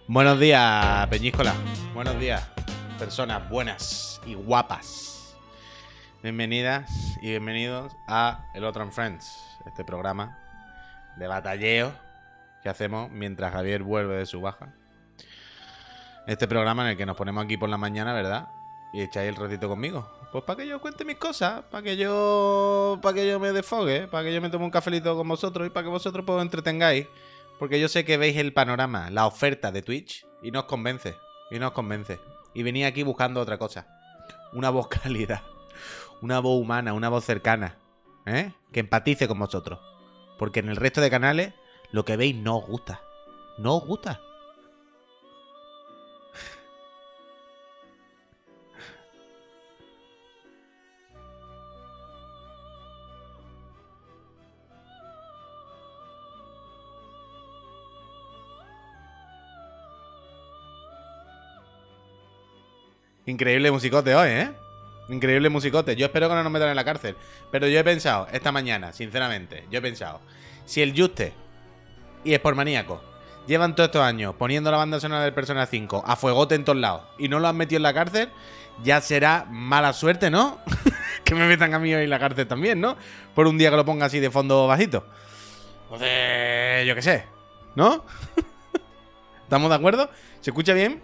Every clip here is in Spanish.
Buenos días, Peñíscola. Buenos días, personas buenas y guapas. Bienvenidas y bienvenidos a El Otro en Friends, este programa de batalleo que hacemos mientras Javier vuelve de su baja. Este programa en el que nos ponemos aquí por la mañana, ¿verdad? Y echáis el ratito conmigo. Pues para que yo cuente mis cosas, para que yo me desfogue, para que yo me tome un cafelito con vosotros y para que vosotros pues os entretengáis. Porque yo sé que veis el panorama, la oferta de Twitch y no os convence. Y venía aquí buscando otra cosa. Una voz cálida, una voz humana, una voz cercana, ¿eh? Que empatice con vosotros. Porque en el resto de canales lo que veis no os gusta. No os gusta. Increíble musicote hoy, ¿eh? Increíble musicote. Yo espero que no nos metan en la cárcel. Pero yo he pensado, esta mañana, sinceramente, si el Juste y Sportmaníaco llevan todos estos años poniendo la banda sonora del Persona 5 a fuegote en todos lados y no lo han metido en la cárcel, ya será mala suerte, ¿no? Que me metan a mí hoy en la cárcel también, ¿no? Por un día que lo ponga así de fondo bajito. Entonces, yo qué sé, ¿no? ¿Estamos de acuerdo? ¿Se escucha bien?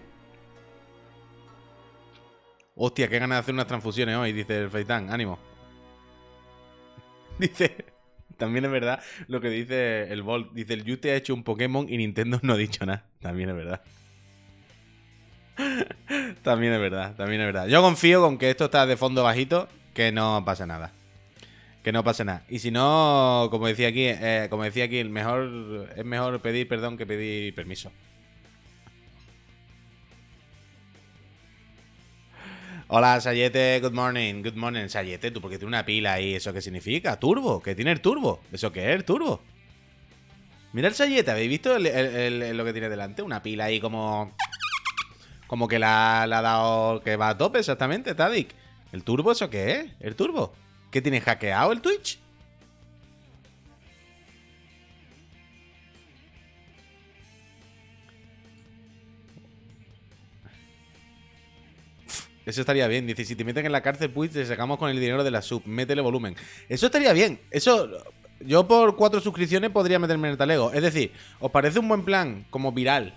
Hostia, qué ganas de hacer unas transfusiones hoy, dice el Feitán. Ánimo. Dice... También es verdad lo que dice el Volt. Dice, el Yute ha hecho un Pokémon y Nintendo no ha dicho nada. También es verdad. También es verdad. Yo confío con que esto está de fondo bajito, que no pasa nada. Que no pasa nada. Y si no, como decía aquí, es mejor pedir perdón que pedir permiso. Hola, Sayete, good morning. Good morning, Sayete. ¿Tú por qué tiene una pila ahí? ¿Eso qué significa? ¿Turbo? ¿Qué tiene el turbo? ¿Eso qué es el turbo? Mira el Sayete, ¿habéis visto lo que tiene delante? Una pila ahí como... Como que la ha dado... Que va a tope exactamente, Tadik. ¿El turbo eso qué es? ¿El turbo? ¿Qué tiene hackeado el Twitch? Eso estaría bien. Dice, si te meten en la cárcel, pues te sacamos con el dinero de la sub. Métele volumen. Eso estaría bien. Eso... Yo por 4 suscripciones podría meterme en el talego. Es decir, ¿os parece un buen plan como viral?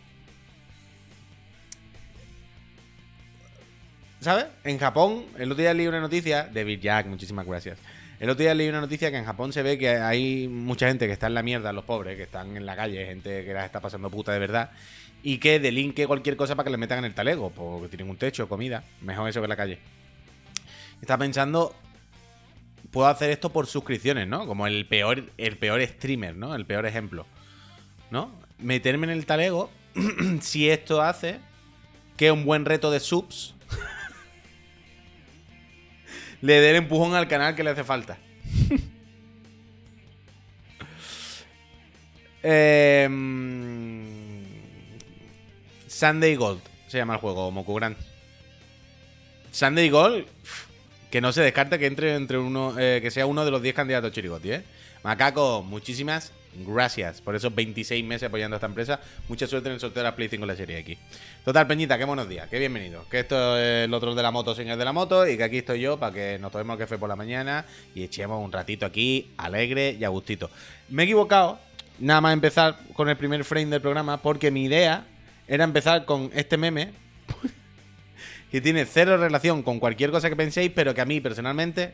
¿Sabes? En Japón, el otro día leí una noticia de Big Jack, muchísimas gracias. El otro día leí una noticia que en Japón se ve que hay mucha gente que está en la mierda, los pobres, que están en la calle, gente que la está pasando puta de verdad, y que delinque cualquier cosa para que le metan en el talego, porque tienen un techo, comida, mejor eso que la calle. Estaba pensando, puedo hacer esto por suscripciones, ¿no? Como el peor streamer, ¿no? El peor ejemplo, ¿no? Meterme en el talego, si esto hace que un buen reto de subs le dé el empujón al canal que le hace falta. Sunday Gold se llama el juego, Mokugram. Sunday Gold, que no se descarta que entre uno, que sea uno de los 10 candidatos Chirigoti, ¿eh? Macaco, muchísimas gracias por esos 26 meses apoyando a esta empresa. Mucha suerte en el sorteo de la Play 5 en la serie X. Total, Peñita, qué buenos días, qué bienvenido. Que esto es el otro de la moto, señor de la moto, y que aquí estoy yo para que nos tomemos el café por la mañana y echemos un ratito aquí, alegre y a gustito. Me he equivocado, nada más empezar con el primer frame del programa, porque mi idea era empezar con este meme que tiene cero relación con cualquier cosa que penséis, pero que a mí personalmente,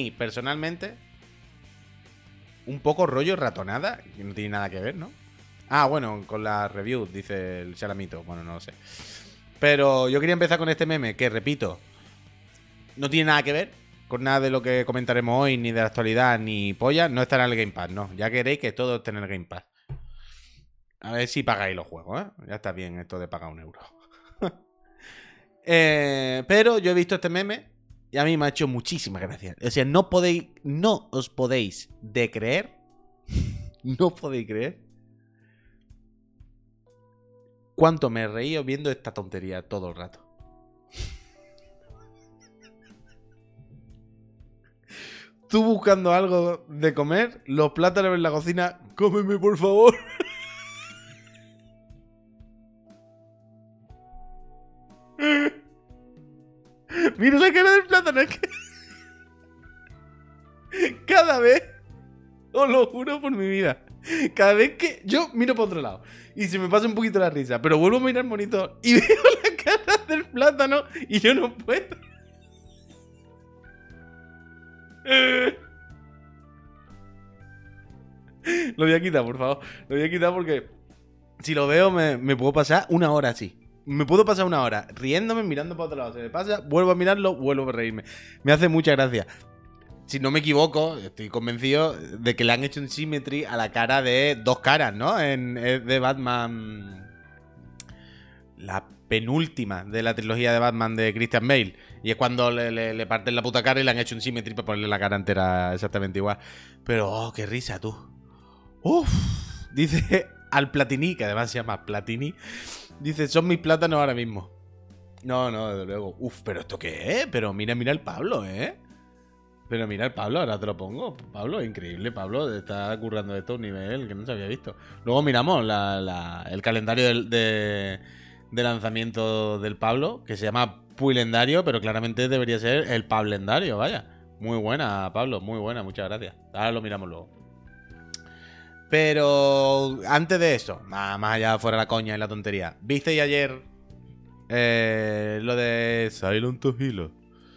un poco rollo ratonada, que no tiene nada que ver, ¿no? Ah, bueno, con la review, dice el Chalamito. Bueno, no lo sé. Pero yo quería empezar con este meme, que repito, no tiene nada que ver con nada de lo que comentaremos hoy, ni de la actualidad, ni polla. No estará en el Game Pass, no. Ya queréis que todo esté en el Game Pass. A ver si pagáis los juegos, ¿eh? Ya está bien esto de pagar €1. Pero yo he visto este meme y a mí me ha hecho muchísimas gracias. O sea, no os podéis de creer. No podéis creer cuánto me he reído viendo esta tontería todo el rato. Tú buscando algo de comer, los plátanos en la cocina, cómeme por favor. Mira la cara del plátano, es que... Cada vez, os lo juro por mi vida, cada vez que yo miro para otro lado y se me pasa un poquito la risa, pero vuelvo a mirar el monitor y veo la cara del plátano y yo no puedo. Lo voy a quitar, por favor. Lo voy a quitar porque si lo veo me puedo pasar una hora así. Me puedo pasar una hora riéndome, mirando para otro lado. Se me pasa, vuelvo a mirarlo, vuelvo a reírme. Me hace mucha gracia. Si no me equivoco, estoy convencido de que le han hecho un symmetry a la cara de dos caras, ¿no? De Batman. La penúltima de la trilogía de Batman de Christian Bale. Y es cuando le parten la puta cara y le han hecho un symmetry para ponerle la cara entera exactamente igual. Pero, oh, qué risa, tú. Uf. Dice al Platini, que además se llama Platini. Dice, son mis plátanos ahora mismo. No, desde luego. Uf, pero ¿esto qué es? Pero mira el Pablo, ¿eh? Pero mira el Pablo, ahora te lo pongo. Pablo, increíble, Pablo. Está currando de todo un nivel que no se había visto. Luego miramos el calendario de lanzamiento del Pablo, que se llama Puilendario, pero claramente debería ser el Pablendario, vaya. Muy buena, Pablo, muy buena, muchas gracias. Ahora lo miramos luego. Pero antes de eso, más allá fuera la coña y la tontería, ¿visteis ayer lo de Silent Hill?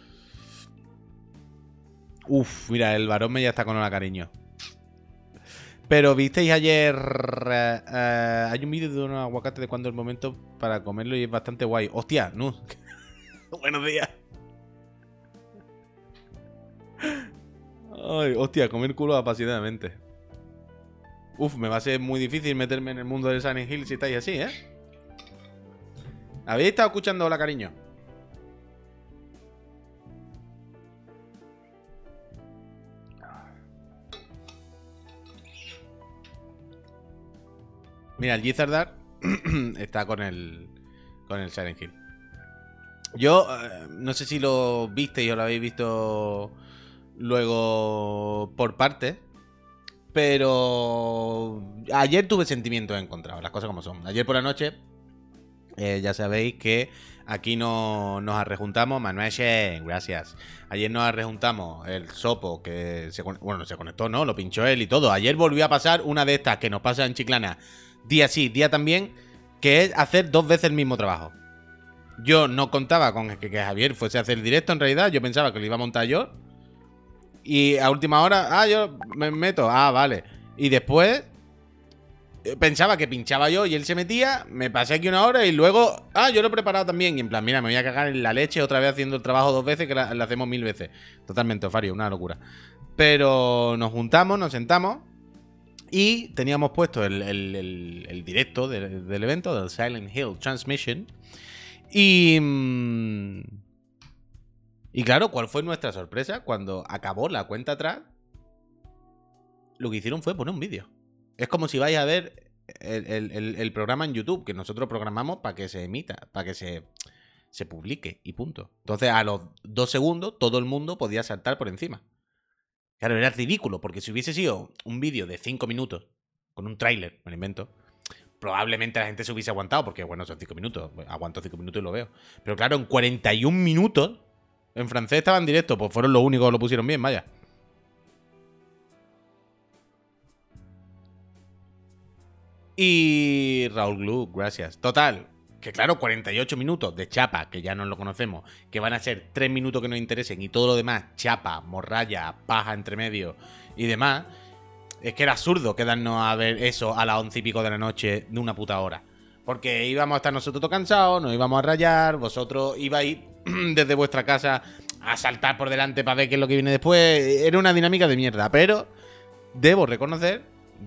Uf, mira, el varón me ya está con hola cariño. Pero visteis ayer hay un vídeo de un aguacate de cuando es el momento para comerlo y es bastante guay. Hostia, no. Buenos días. Ay, hostia, comer culo apasionadamente. Uf, me va a ser muy difícil meterme en el mundo del Silent Hill si estáis así, ¿eh? ¿Habéis estado escuchando hola cariño? Mira, el Gizardar está con el Silent Hill. Yo no sé si lo visteis o lo habéis visto luego por partes, pero ayer tuve sentimientos encontrados, las cosas como son. Ayer por la noche, ya sabéis que aquí nos arrejuntamos. Manuel Shen, gracias. Ayer nos arrejuntamos el Sopo, que se conectó, ¿no? Lo pinchó él y todo. Ayer volvió a pasar una de estas que nos pasa en Chiclana día sí, día también, que es hacer 2 veces el mismo trabajo. Yo no contaba con que Javier fuese a hacer el directo en realidad. Yo pensaba que lo iba a montar yo. Y a última hora, yo me meto. Vale. Y después pensaba que pinchaba yo y él se metía. Me pasé aquí una hora y luego, yo lo he preparado también. Y en plan, mira, me voy a cagar en la leche otra vez haciendo el trabajo 2 veces, que la hacemos 1000 veces. Totalmente, Ofario, una locura. Pero nos juntamos, nos sentamos y teníamos puesto el directo del evento, del Silent Hill Transmission. Y claro, ¿cuál fue nuestra sorpresa? Cuando acabó la cuenta atrás, lo que hicieron fue poner un vídeo. Es como si vais a ver el programa en YouTube, que nosotros programamos para que se emita, para que se publique y punto. Entonces, a los 2 segundos, todo el mundo podía saltar por encima. Claro, era ridículo, porque si hubiese sido un vídeo de 5 minutos, con un tráiler, me lo invento, probablemente la gente se hubiese aguantado, porque bueno, son 5 minutos, aguanto 5 minutos y lo veo. Pero claro, en 41 minutos, en francés estaba en directo, pues fueron los únicos que lo pusieron bien, vaya. Y Raúl Glu, gracias. Total, que claro, 48 minutos de chapa, que ya no lo conocemos, que van a ser 3 minutos que nos interesen y todo lo demás, chapa, morralla, paja entre medio y demás. Es que era absurdo quedarnos a ver eso a las 11 y pico de la noche de una puta hora. Porque íbamos a estar nosotros todos cansados, nos íbamos a rayar, vosotros ibais desde vuestra casa a saltar por delante para ver qué es lo que viene después. Era una dinámica de mierda, pero debo reconocer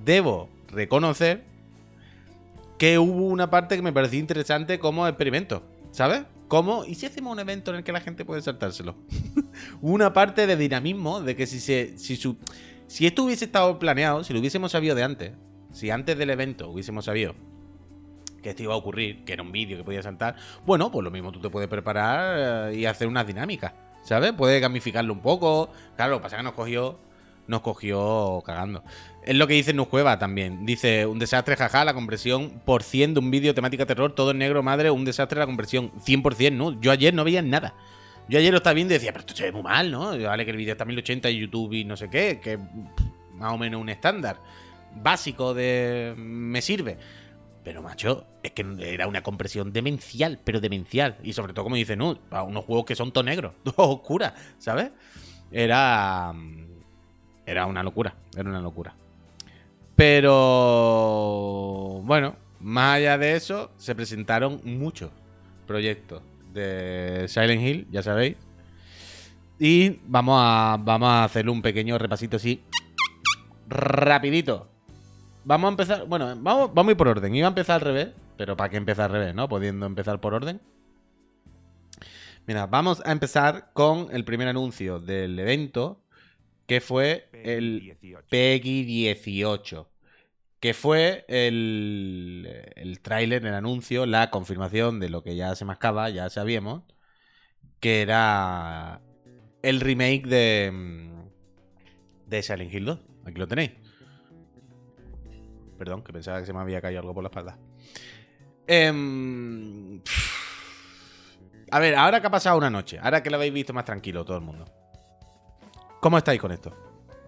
que hubo una parte que me pareció interesante como experimento, ¿sabes? ¿Cómo? ¿Y si hacemos un evento en el que la gente puede saltárselo? Una parte de dinamismo, de que si esto hubiese estado planeado, si lo hubiésemos sabido de antes, si antes del evento hubiésemos sabido que esto iba a ocurrir, que era un vídeo que podía saltar, bueno, pues lo mismo tú te puedes preparar y hacer unas dinámicas, ¿sabes? Puedes gamificarlo un poco. Claro, lo que pasa es que nos cogió cagando. Es lo que dice Nujueva también. Dice, un desastre, jaja, la compresión por 100 de un vídeo temática terror, todo en negro, madre, un desastre la compresión, 100%, ¿no? Yo ayer no veía nada. Yo ayer lo estaba viendo y decía, pero esto se ve muy mal, ¿no? Vale que el vídeo está a 1080 en YouTube y no sé qué, que más o menos un estándar básico de me sirve. Pero, macho, es que era una compresión demencial, pero demencial. Y sobre todo, como dice Nud, para unos juegos que son todo negros, todo oscuras, ¿sabes? Era una locura, era una locura. Pero, bueno, más allá de eso, se presentaron muchos proyectos de Silent Hill, ya sabéis. Y vamos a hacerle un pequeño repasito así, rapidito. Vamos a empezar, bueno, vamos a ir por orden. Iba a empezar al revés, pero ¿para qué empezar al revés, no? Pudiendo empezar por orden. Mira, vamos a empezar con el primer anuncio del evento, que fue el PEGI 18. Que fue el tráiler, el anuncio, la confirmación de lo que ya se mascaba, ya sabíamos, que era el remake de Silent Hill 2. Aquí lo tenéis. Perdón, que pensaba que se me había caído algo por la espalda. A ver, ahora que ha pasado una noche, ahora que lo habéis visto más tranquilo todo el mundo, ¿cómo estáis con esto?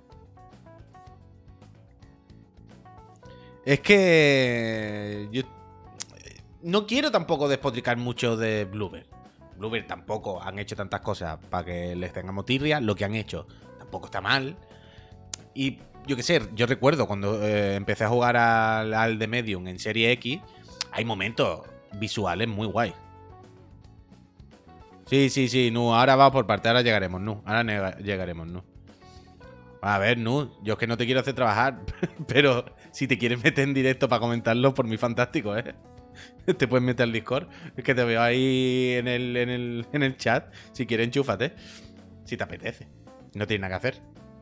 Es que yo no quiero tampoco despotricar mucho de Bloober. Bloober tampoco han hecho tantas cosas para que les tengamos tirria. Lo que han hecho tampoco está mal. Y yo qué sé, yo recuerdo cuando empecé a jugar al The Medium en Serie X, hay momentos visuales muy guay. Sí, no, ahora va por parte, ahora llegaremos, no. Ahora llegaremos, no. A ver, no, yo es que no te quiero hacer trabajar, pero si te quieres meter en directo para comentarlo, por mí fantástico, ¿eh? Te puedes meter al Discord, es que te veo ahí en el chat, si quieres enchúfate, si te apetece, no tienes nada que hacer.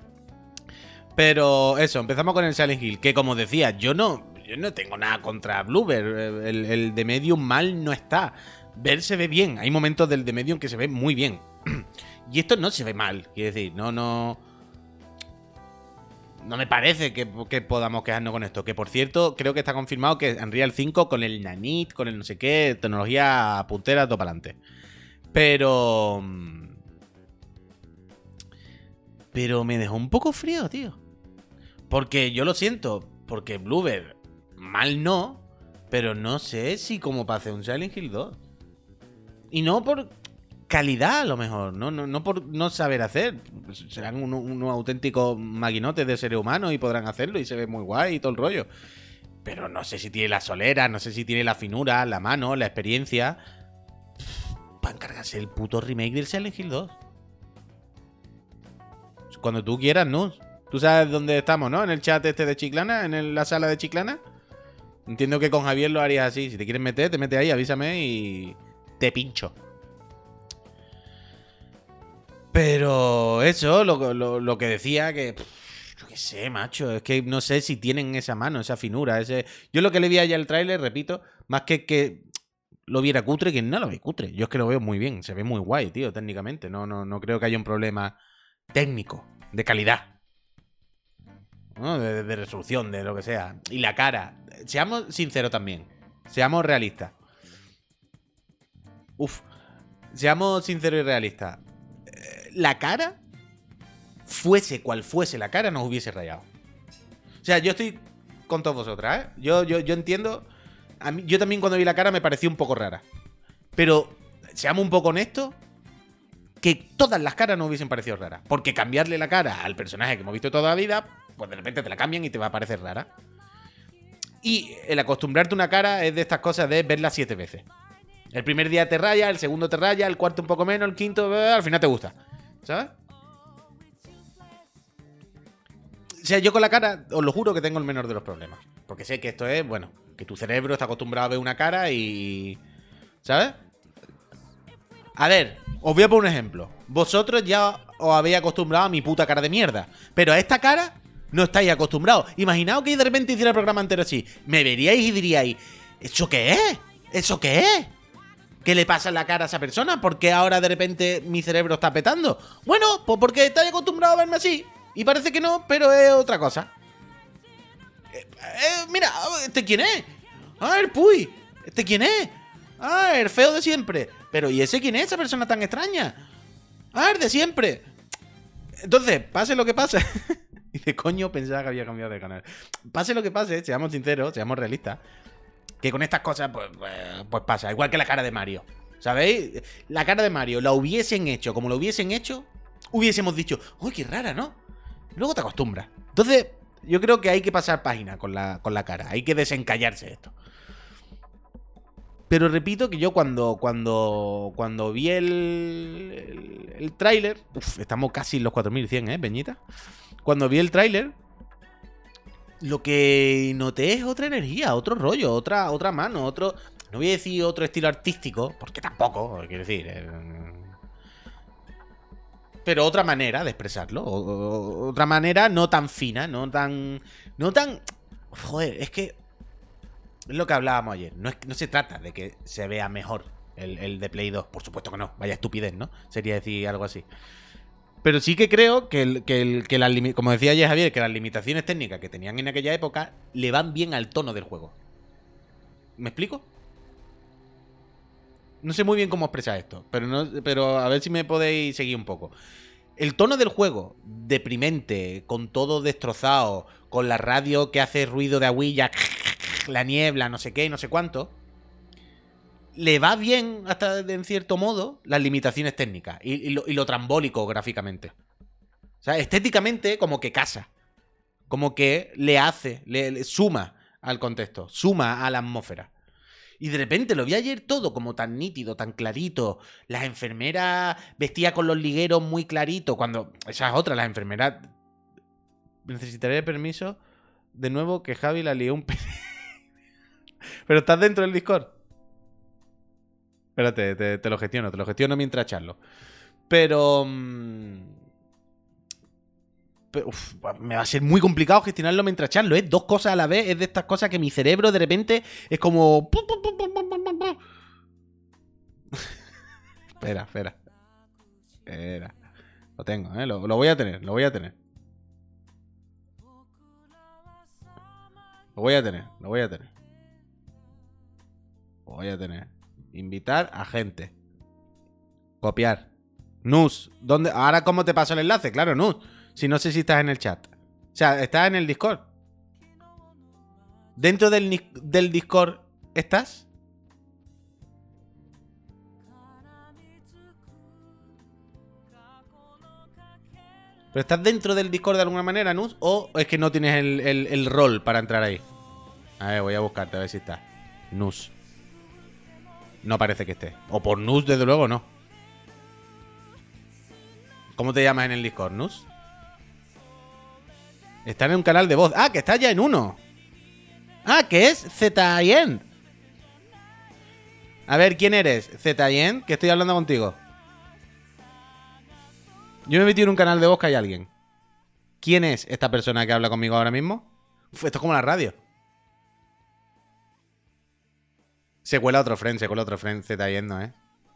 Pero eso, empezamos con el Silent Hill, que como decía, yo no tengo nada contra Bloober, el de Medium mal no está, ver se ve bien, hay momentos del de Medium que se ve muy bien, y esto no se ve mal, quiero decir, no me parece que podamos quejarnos con esto. Que por cierto, creo que está confirmado que Unreal 5 con el Nanit, con el no sé qué, tecnología puntera, todo para adelante. Pero me dejó un poco frío, tío. Porque yo lo siento, porque Bloober mal no, pero no sé si como para hacer un Silent Hill 2. Y no por calidad, a lo mejor, no por no saber hacer. Serán unos auténticos maquinotes de seres humanos y podrán hacerlo y se ve muy guay y todo el rollo. Pero no sé si tiene la solera, no sé si tiene la finura, la mano, la experiencia para encargarse el puto remake del Silent Hill 2. Cuando tú quieras, ¿no? Tú sabes dónde estamos, ¿no? En el chat este de Chiclana, la sala de Chiclana. Entiendo que con Javier lo harías así. Si te quieres meter, te metes ahí, avísame y te pincho. Pero eso, lo que decía, que yo qué sé, macho, es que no sé si tienen esa mano, esa finura, Yo lo que le vi allá al tráiler, repito, más que lo viera cutre, que no lo ve cutre. Yo es que lo veo muy bien, se ve muy guay, tío, técnicamente. No creo que haya un problema técnico, de calidad, ¿no? De resolución, de lo que sea. Y la cara, seamos sinceros también, seamos realistas. Seamos sinceros y realistas. La cara, fuese cual fuese la cara, nos hubiese rayado. O sea, yo estoy con todos vosotras, ¿eh? Yo entiendo. Yo también cuando vi la cara me pareció un poco rara. Pero, seamos un poco honestos, que todas las caras no hubiesen parecido raras. Porque cambiarle la cara al personaje que hemos visto toda la vida, pues de repente te la cambian y te va a parecer rara. Y el acostumbrarte a una cara es de estas cosas de verla 7 veces. El primer día te raya, el segundo te raya, el cuarto un poco menos, el quinto, al final te gusta. ¿Sabes? O sea, yo con la cara, os lo juro que tengo el menor de los problemas. Porque sé que esto es, bueno, que tu cerebro está acostumbrado a ver una cara y... ¿sabes? A ver, os voy a poner un ejemplo. Vosotros ya os habéis acostumbrado a mi puta cara de mierda. Pero a esta cara no estáis acostumbrados. Imaginaos que de repente hiciera el programa entero así. Me veríais y diríais, ¿eso qué es? ¿Eso qué es? ¿Qué le pasa en la cara a esa persona? ¿Por qué ahora de repente mi cerebro está petando? Bueno, pues porque estáis acostumbrado a verme así. Y parece que no, pero es otra cosa. Mira, ¿este quién es? Ah, el Puy. ¿Este quién es? Ah, el feo de siempre. Pero ¿y ese quién es? Esa persona tan extraña. ¡Ah, es de siempre! Entonces, pase lo que pase. Dice, coño, pensaba que había cambiado de canal. Pase lo que pase, seamos sinceros, seamos realistas. Que con estas cosas, pues pasa. Igual que la cara de Mario. ¿Sabéis? La cara de Mario la hubiesen hecho como lo hubiesen hecho, hubiésemos dicho, uy, qué rara, ¿no? Luego te acostumbras. Entonces, yo creo que hay que pasar página con la cara. Hay que desencallarse esto. Pero repito que yo cuando vi el tráiler... Estamos casi en los 4100, Peñita. Cuando vi el tráiler, lo que noté es otra energía, otro rollo, otra mano, otro... No voy a decir otro estilo artístico, porque tampoco, quiero decir... pero otra manera de expresarlo. Otra manera no tan fina, no tan... Joder, es que... Es lo que hablábamos ayer. No se trata de que se vea mejor el de Play 2. Por supuesto que no. Vaya estupidez, ¿no? Sería decir algo así. Pero sí que creo como decía ayer Javier, que las limitaciones técnicas que tenían en aquella época le van bien al tono del juego. ¿Me explico? No sé muy bien cómo expresar esto, pero a ver si me podéis seguir un poco. El tono del juego, deprimente, con todo destrozado, con la radio que hace ruido de aguilla, la niebla, no sé qué, no sé cuánto, le va bien, hasta en cierto modo, las limitaciones técnicas y lo trambólico gráficamente. O sea, estéticamente como que casa, como que le suma al contexto, suma a la atmósfera. Y de repente lo vi ayer todo como tan nítido, tan clarito. Las enfermeras vestidas con los ligueros muy claritos. Cuando... Esa es otra, las enfermeras... Necesitaré permiso de nuevo que Javi la lió un... Pero estás dentro del Discord. Espérate, te lo gestiono mientras charlo. Pero... me va a ser muy complicado gestionarlo mientras charlo, ¿eh? Dos cosas a la vez, es de estas cosas que mi cerebro de repente es como... Espera. Lo tengo, ¿eh? Lo voy a tener. Lo voy a tener. Invitar a gente. Copiar. Nus, ¿dónde? Ahora, ¿cómo te paso el enlace? Claro, Nus. Si no sé si estás en el chat. O sea, estás en el Discord. ¿Dentro del Discord estás? ¿Pero estás dentro del Discord de alguna manera, Nus? ¿O es que no tienes el rol para entrar ahí? A ver, voy a buscarte a ver si está. Nus. No parece que esté. O por Nus, desde luego, no. ¿Cómo te llamas en el Discord, Nus? Está en un canal de voz. ¡Ah, que está ya en uno! ¡Ah, que es Zetayen! A ver, ¿quién eres? Zetayen, que estoy hablando contigo. Yo me he metido en un canal de voz que hay alguien. ¿Quién es esta persona que habla conmigo ahora mismo? Uf, esto es como la radio. Se cuela otro friend, Zetayen, ¿no,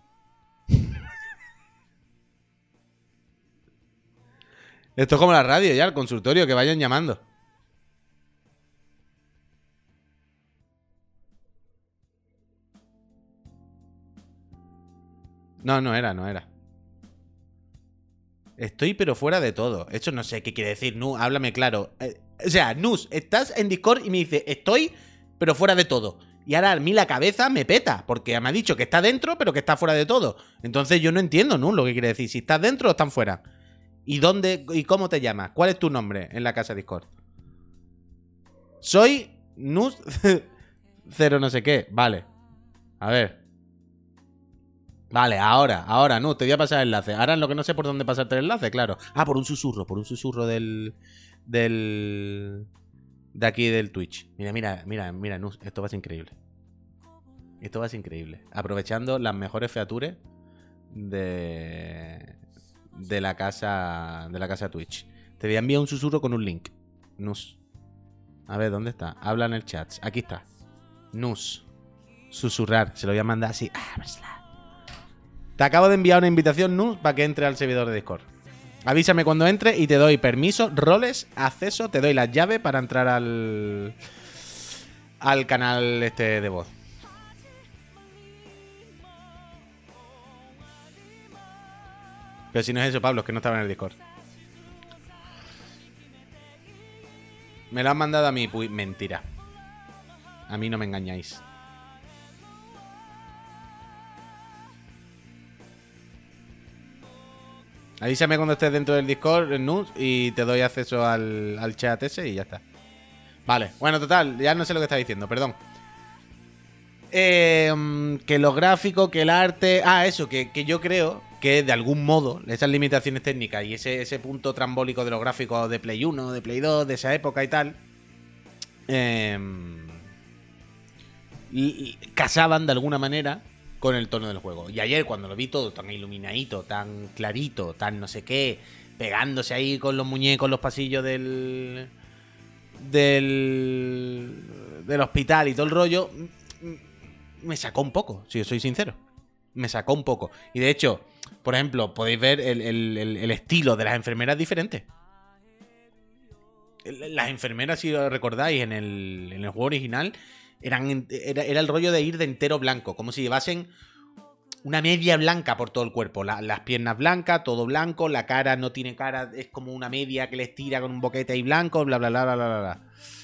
Esto es como la radio ya, el consultorio, que vayan llamando. No era. Estoy pero fuera de todo. Esto no sé qué quiere decir, Nus, háblame claro. O sea, Nus, estás en Discord y me dice, estoy pero fuera de todo. Y ahora a mí la cabeza me peta, porque me ha dicho que está dentro, pero que está fuera de todo. Entonces yo no entiendo, Nus, lo que quiere decir. Si estás dentro o están fuera. ¿Y dónde y cómo te llamas? ¿Cuál es tu nombre en la casa Discord? Soy Nus cero no sé qué. Vale. A ver. Vale, ahora, no, te voy a pasar el enlace. Ahora en lo que no sé por dónde pasarte el enlace, claro. Ah, por un susurro de aquí del Twitch. Mira, Nus, esto va a ser increíble. Aprovechando las mejores features de la casa Twitch. Te voy a enviar un susurro con un link. Nus. A ver, ¿dónde está? Habla en el chat. Aquí está. Nus. Susurrar. Se lo voy a mandar así. Te acabo de enviar una invitación, Nus, para que entre al servidor de Discord. Avísame cuando entre y te doy permiso, roles, acceso, te doy las llaves para entrar al canal este de voz. Pero si no es eso, Pablo, es que no estaba en el Discord. Me lo han mandado a mí, pues mentira. A mí no me engañáis. Avísame cuando estés dentro del Discord, Nus, y te doy acceso al chat ese y ya está. Vale, bueno, total, ya no sé lo que estaba diciendo, perdón. Que los gráficos, que el arte... Ah, eso, que yo creo que de algún modo esas limitaciones técnicas y ese punto trambólico de los gráficos de Play 1, de Play 2, de esa época y tal, casaban de alguna manera con el tono del juego. Y ayer cuando lo vi todo tan iluminadito, tan clarito, tan no sé qué, pegándose ahí con los muñecos en los pasillos del hospital y todo el rollo, me sacó un poco, si os soy sincero. Me sacó un poco. Y de hecho, por ejemplo, podéis ver el estilo de las enfermeras diferente. Las enfermeras, si os recordáis, en el juego original, era el rollo de ir de entero blanco, como si llevasen una media blanca por todo el cuerpo. Las piernas blancas, todo blanco, la cara no tiene cara, es como una media que les tira con un boquete ahí blanco, bla, bla, bla, bla, bla, bla.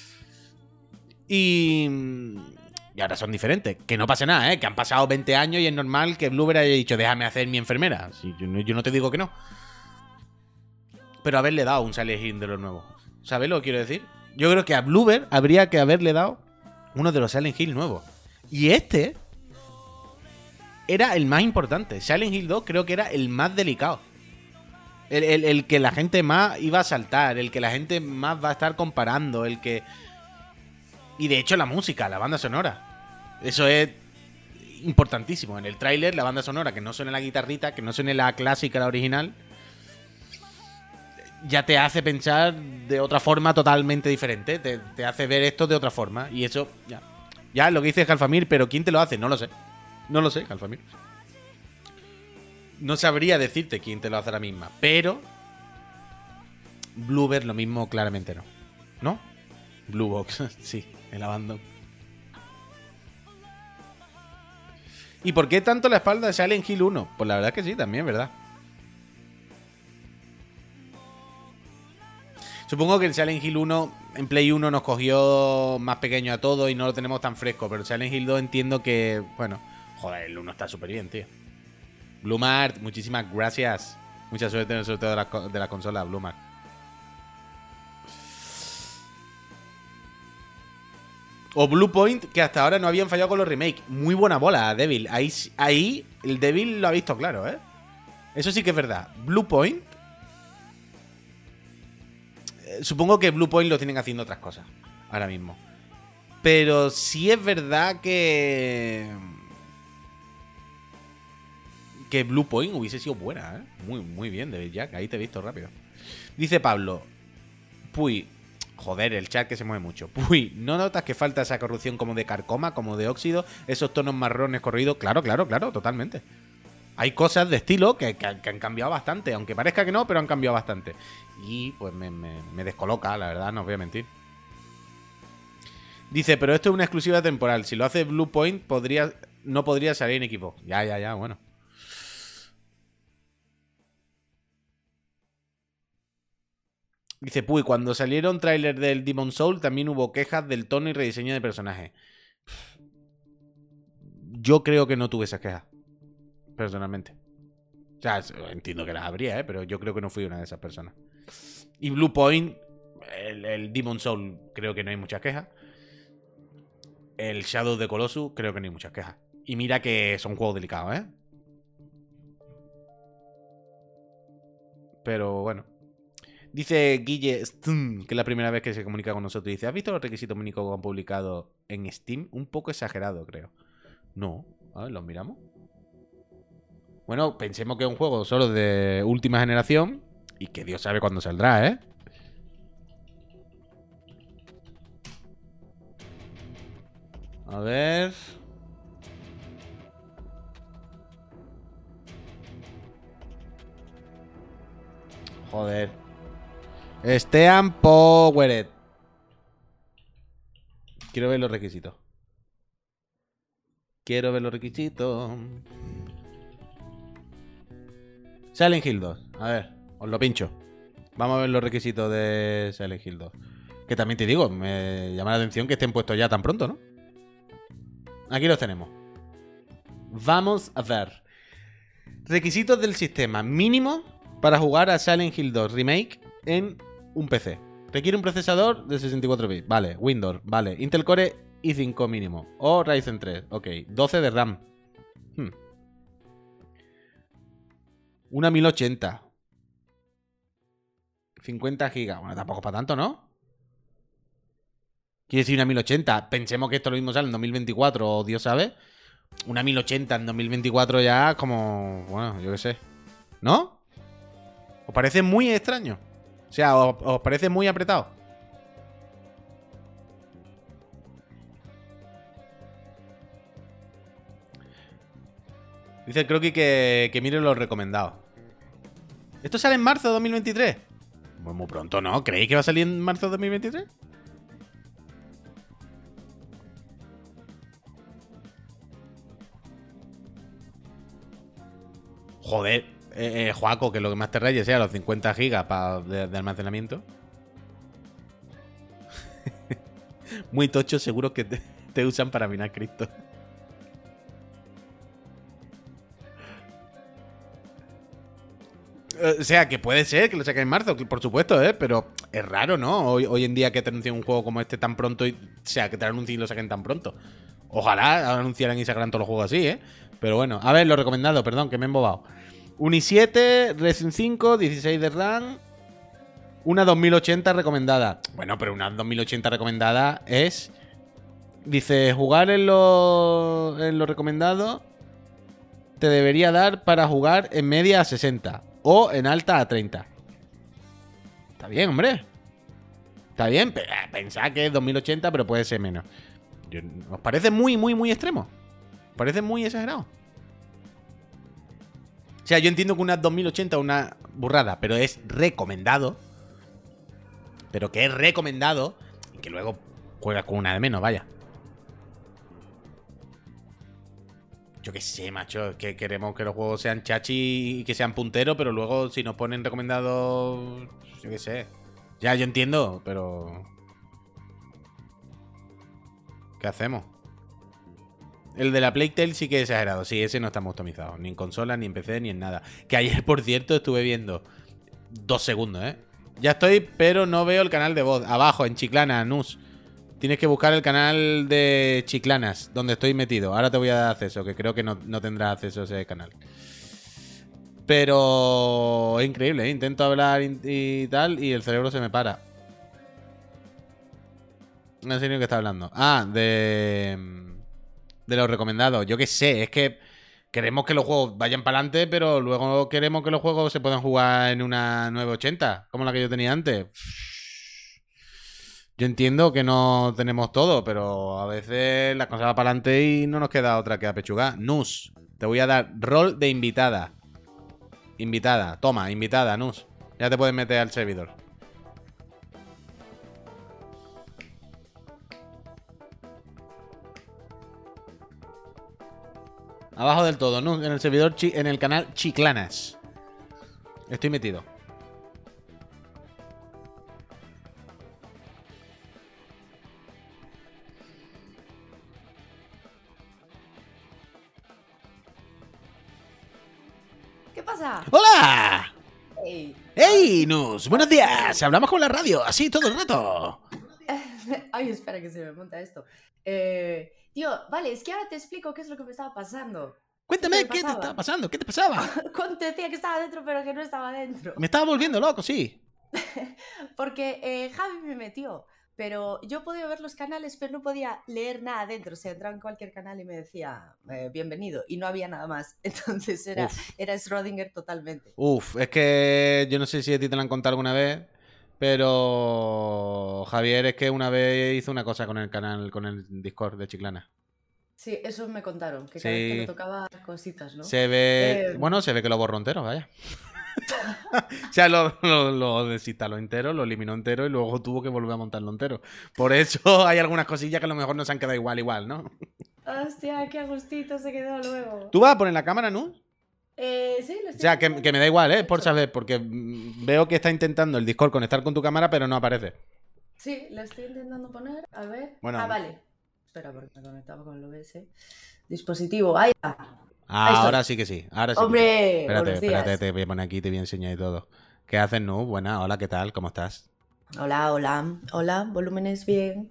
Y ahora son diferentes. Que no pasa nada, ¿eh? Que han pasado 20 años y es normal que Bloober haya dicho, déjame hacer mi enfermera. Sí, yo no te digo que no. Pero haberle dado un Silent Hill de los nuevos. ¿Sabes lo que quiero decir? Yo creo que a Bloober habría que haberle dado uno de los Silent Hill nuevos. Y este era el más importante. Silent Hill 2 creo que era el más delicado. El que la gente más iba a saltar. El que la gente más va a estar comparando. El que... Y de hecho la música, la banda sonora. Eso es importantísimo. En el tráiler, la banda sonora, que no suene la guitarrita, que no suene la clásica, la original, ya te hace pensar de otra forma totalmente diferente. Te hace ver esto de otra forma. Y eso, ya es lo que dice Jalfamir, pero ¿quién te lo hace? No lo sé. No lo sé, Jalfamir. No sabría decirte quién te lo hace ahora misma. Pero Bloober lo mismo claramente no. ¿No? Blue Box, sí, el abandon. ¿Y por qué tanto la espalda de Silent Hill 1? Pues la verdad es que sí, también, ¿verdad? Supongo que el Silent Hill 1 en Play 1 nos cogió más pequeño a todos y no lo tenemos tan fresco. Pero el Silent Hill 2 entiendo que, bueno, joder, el 1 está súper bien, tío. Blumart, muchísimas gracias. Mucha suerte en el sorteo de la consola, Blumart. O Bluepoint, que hasta ahora no habían fallado con los remakes. Muy buena bola, Devil. Ahí el Devil lo ha visto claro, ¿eh? Eso sí que es verdad. Bluepoint. Supongo que Bluepoint lo tienen haciendo otras cosas ahora mismo. Pero sí es verdad que Bluepoint hubiese sido buena, ¿eh? Muy, muy bien, Devil Jack. Ahí te he visto rápido. Dice Pablo. Puy. Joder, el chat que se mueve mucho. Uy, ¿no notas que falta esa corrupción como de carcoma, como de óxido? Esos tonos marrones corridos. Claro, totalmente. Hay cosas de estilo que han cambiado bastante. Aunque parezca que no, pero han cambiado bastante. Y pues me descoloca, la verdad, no os voy a mentir. Dice, pero esto es una exclusiva temporal. Si lo hace Bluepoint, no podría salir en Xbox. Ya, bueno. Dice, Puy, cuando salieron trailers del Demon Soul también hubo quejas del tono y rediseño de personaje. Yo creo que no tuve esas quejas, personalmente. O sea, entiendo que las habría, pero yo creo que no fui una de esas personas. Y Bluepoint, el Demon Soul, creo que no hay muchas quejas. El Shadow of the Colossus, creo que no hay muchas quejas. Y mira que son juegos delicados, ¿eh? Pero bueno. Dice Guille Stun, que es la primera vez que se comunica con nosotros. Dice, ¿has visto los requisitos mínimos que han publicado en Steam? Un poco exagerado, creo. No. A ver, ¿los miramos? Bueno, pensemos que es un juego solo de última generación y que Dios sabe cuándo saldrá, ¿eh? A ver... Joder. Steam Powered. Quiero ver los requisitos. Silent Hill 2. A ver, os lo pincho. Vamos a ver los requisitos de Silent Hill 2. Que también te digo, me llama la atención que estén puestos ya tan pronto, ¿no? Aquí los tenemos. Vamos a ver. Requisitos del sistema. Mínimo para jugar a Silent Hill 2 Remake en un PC. Requiere un procesador de 64 bits. Vale. Windows. Vale. Intel Core i5 mínimo. O Ryzen 3. Ok. 12 de RAM. Una 1080. 50 gigas. Bueno, tampoco es para tanto, ¿no? Quiere decir una 1080. Pensemos que esto lo mismo sale en 2024 o Dios sabe. Una 1080 en 2024 ya como... Bueno, yo qué sé. ¿No? ¿Os parece muy extraño? O sea, ¿os parece muy apretado? Dice el Croqui que mire los recomendados. ¿Esto sale en marzo de 2023? Pues muy pronto, ¿no? ¿Creéis que va a salir en marzo de 2023? Joder, Joaco, que lo que más te rayes sea los 50 gigas de almacenamiento. Muy tocho, seguro que te usan para minar cripto. O sea, que puede ser que lo saquen en marzo, por supuesto, pero es raro, ¿no? Hoy en día que te anuncien un juego como este tan pronto, o sea, que te lo anuncien y lo saquen tan pronto. Ojalá anunciaran y sacaran todos los juegos así, ¿eh? Pero bueno, a ver, lo recomendado, perdón, que me he embobado. Un i7, Ryzen 5, 16 de RAM, una 2080 recomendada. Bueno, pero una 2080 recomendada es... Dice, jugar en lo recomendado te debería dar para jugar en media a 60 o en alta a 30. Está bien, hombre. Está bien, pensad que es 2080, pero puede ser menos. ¿Os parece muy, muy, muy extremo? ¿Os parece muy exagerado? O sea, yo entiendo que una 2080 es una burrada, pero es recomendado. Pero que es recomendado y que luego juegas con una de menos, vaya. Yo qué sé, macho, es que queremos que los juegos sean chachi y que sean punteros, pero luego si nos ponen recomendados, yo qué sé. Ya, yo entiendo, pero... ¿Qué hacemos? El de la Playtale sí que es exagerado. Sí, ese no está optimizado. Ni en consola, ni en PC, ni en nada. Que ayer, por cierto, estuve viendo 2 segundos, ¿eh? Ya estoy, pero no veo el canal de voz. Abajo, en Chiclana, Nus. Tienes que buscar el canal de Chiclanas, donde estoy metido. Ahora te voy a dar acceso, que creo que no tendrás acceso a ese canal. Pero es increíble, ¿eh? Intento hablar y tal, y el cerebro se me para. No sé ni de qué está hablando. Ah, de los recomendados. Yo qué sé, es que queremos que los juegos vayan para adelante, pero luego queremos que los juegos se puedan jugar en una 980, como la que yo tenía antes. Yo entiendo que no tenemos todo, pero a veces la cosa va para adelante y no nos queda otra que apechugar. Nus, te voy a dar rol de invitada. Invitada, toma, invitada, Nus. Ya te puedes meter al servidor. Abajo del todo, Nus, en el servidor, en el canal Chiclanas. Estoy metido. ¿Qué pasa? ¡Hola! Hey. ¡Hey, Nus! ¡Buenos días! Hablamos con la radio, así todo el rato. Ay, espera que se me monta esto. Tío, vale, es que ahora te explico qué es lo que me estaba pasando. Cuéntame, ¿qué te estaba pasando? ¿Qué te pasaba? Cuando te decía que estaba dentro, pero que no estaba dentro. Me estaba volviendo loco, sí. Porque Javi me metió, pero yo podía ver los canales, pero no podía leer nada dentro. O sea, entraba en cualquier canal y me decía bienvenido, y no había nada más. Entonces era Schrödinger totalmente. Uf, es que yo no sé si a ti te lo han contado alguna vez, pero Javier es que una vez hizo una cosa con el canal, con el Discord de Chiclana. Sí, eso me contaron, que cada vez que me tocaba cositas, ¿no? Se ve... Bueno, se ve que lo borró entero, vaya. O sea, lo desinstaló entero, lo eliminó entero y luego tuvo que volver a montarlo entero. Por eso hay algunas cosillas que a lo mejor no se han quedado igual, ¿no? Hostia, qué agustito se quedó luego. ¿Tú vas a poner la cámara, no? Sí, lo O estoy sea, que intentando. me da igual, De por hecho, saber, porque veo que está intentando el Discord conectar con tu cámara, pero no aparece. sí, lo estoy intentando poner. A ver. Ah, Bueno, vale. Espera, porque me conectaba con el OBS. Dispositivo. Ahí está. Ahí estoy. ahora sí que sí, ahora sí que sí. Hombre, Espérate, buenos espérate, días. te voy a poner aquí, te voy a enseñar y todo. ¿Qué haces, Nu? Buena, hola, ¿qué tal? ¿Cómo estás? Hola, hola. Hola, volúmenes bien.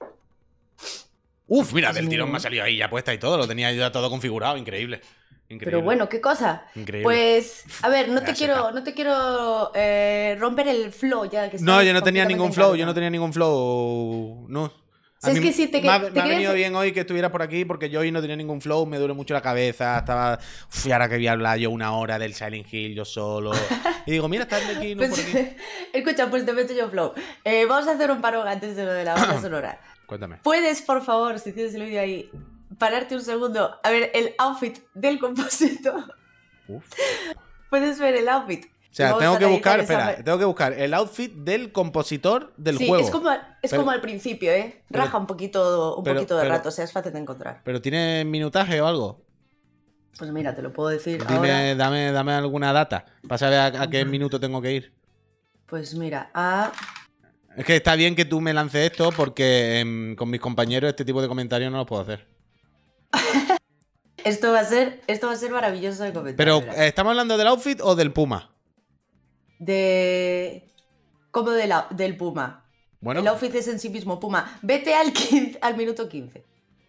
Uf, mira, Dios del tirón me ha mío. salido ahí ya puesta y todo, lo tenía ya todo configurado, increíble. Pero Increíble, bueno, ¿qué cosa? increíble. Pues, a ver, no Me te ha secado. quiero, no te quiero romper el flow ya que No, yo estás no tenía completamente ningún flow, yo no encabritado. tenía ningún flow. No. A Si es mí que sí, me te ha quería venido hacer... bien hoy que estuvieras por aquí porque yo hoy no tenía ningún flow, me duele mucho la cabeza, estaba... Uf, y ahora que voy a hablar yo una hora del Silent Hill yo solo. Y digo, mira, está aquí, no por Pues, aquí. escucha, pues te meto yo flow. Vamos a hacer un parón antes de lo de la banda sonora. Cuéntame. ¿Puedes, por favor, si tienes el vídeo ahí, pararte un segundo a ver el outfit del compositor? Uf. Puedes ver el outfit O y sea, vamos tengo a que buscar, analizar espera, tengo que buscar el outfit del compositor del Sí, juego. es Pero, como al principio, ¿eh? pero, Raja un pero, poquito de pero, rato, o sea, es fácil de encontrar. pero ¿tiene minutaje o algo? Pues mira, te lo puedo decir ahora. Dime, dame alguna data para saber a qué minuto tengo que ir. Pues mira, a... Es que está bien que tú me lances esto porque con mis compañeros este tipo de comentarios no los puedo hacer. Esto va a ser maravilloso de comentar, Pero, verás. ¿estamos hablando del outfit o del Puma? De... Como del Puma. El Bueno, outfit es en sí mismo Puma. Vete al 15, al minuto 15.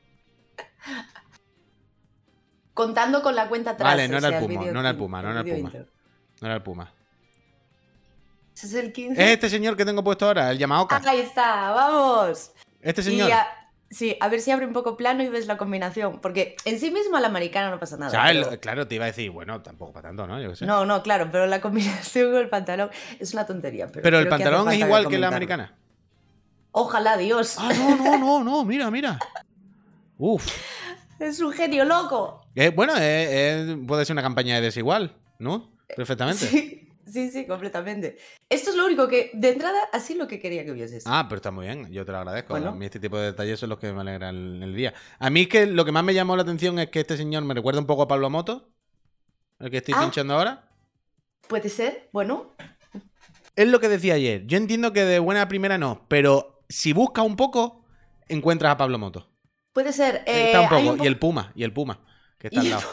Contando con la cuenta atrás, vale, no o era el sea, Puma, no era el Puma, no el era el vídeo Puma. intro. No era el Puma. ¿Ese es el Es 15? este señor que tengo puesto ahora, el Yamaoka. Ahí está, vamos. Este Y señor. sí, a ver si abre un poco plano y ves la combinación. Porque en sí mismo a la americana no pasa O nada, sea, pero... claro, te iba a decir, bueno, tampoco para tanto, ¿no? Yo qué sé. No, no, claro, pero la combinación con el pantalón es una tontería, pero Pero el creo que hace pantalón es falta que igual que la comentarlo. americana. Ojalá, Dios. Ah, no, no, no, no, mira, mira. Uf. Es un genio loco. Bueno, puede ser una campaña de desigual, ¿no? Perfectamente. Sí, sí, completamente. Esto es lo único que, de entrada, así es lo que quería que vieses. Ah, pero está muy bien, yo te lo agradezco. Bueno. A mí este tipo de detalles son los que me alegran el día. A mí es que lo que más me llamó la atención es que este señor me recuerda un poco a Pablo Moto, el que estoy pinchando ahora. Puede ser, bueno. Es lo que decía ayer. Yo entiendo que de buena primera no, pero si buscas un poco, encuentras a Pablo Moto. Puede ser. Está un Hay poco. Y el Puma, que está al lado.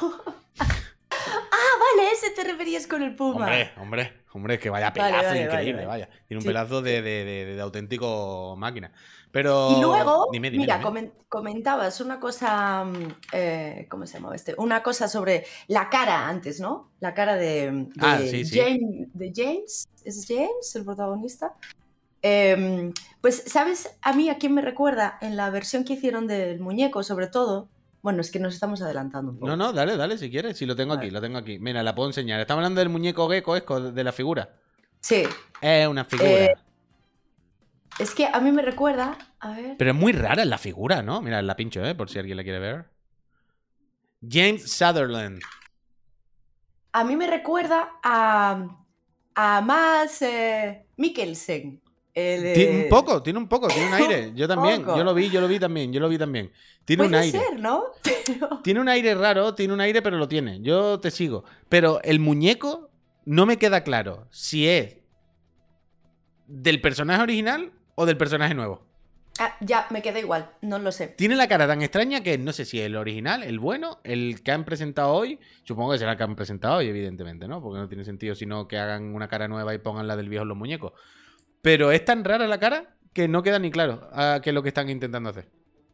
Vale, ese te referías con el Puma. Hombre, que vaya pelazo increíble, vaya. Tiene un pedazo de auténtico máquina. Pero. Y luego, Dime. mira, comentabas una cosa. ¿Cómo se llamaba este? Una cosa sobre la cara antes, ¿no? La cara de sí. James. ¿De James? ¿Es James el protagonista? Pues, ¿sabes a mí a quién me recuerda? En la versión que hicieron del muñeco, sobre todo. Bueno, es que nos estamos adelantando un poco. No, dale, si quieres. Si lo tengo aquí, lo tengo aquí. Mira, la puedo enseñar. Estamos hablando del muñeco gecko, de la figura. Sí. Es una figura. Es que a mí me recuerda. A ver. Pero es muy rara la figura, ¿no? Mira, la pincho, por si alguien la quiere ver. James Sutherland. A mí me recuerda a Mads Mikkelsen. Tiene un poco, tiene un aire. Yo también, poco. yo lo vi también. Tiene un Puede aire. ser, ¿no? Tiene un aire raro, pero lo tiene. Yo te sigo. Pero el muñeco no me queda claro si es del personaje original o del personaje nuevo. Ya, me queda igual, no lo sé. Tiene la cara tan extraña que no sé si es el original, el bueno, el que han presentado hoy. Supongo que será el que han presentado hoy, evidentemente, ¿no? Porque no tiene sentido sino que hagan una cara nueva y pongan la del viejo en los muñecos. Pero es tan rara la cara que no queda ni claro a qué es lo que están intentando hacer.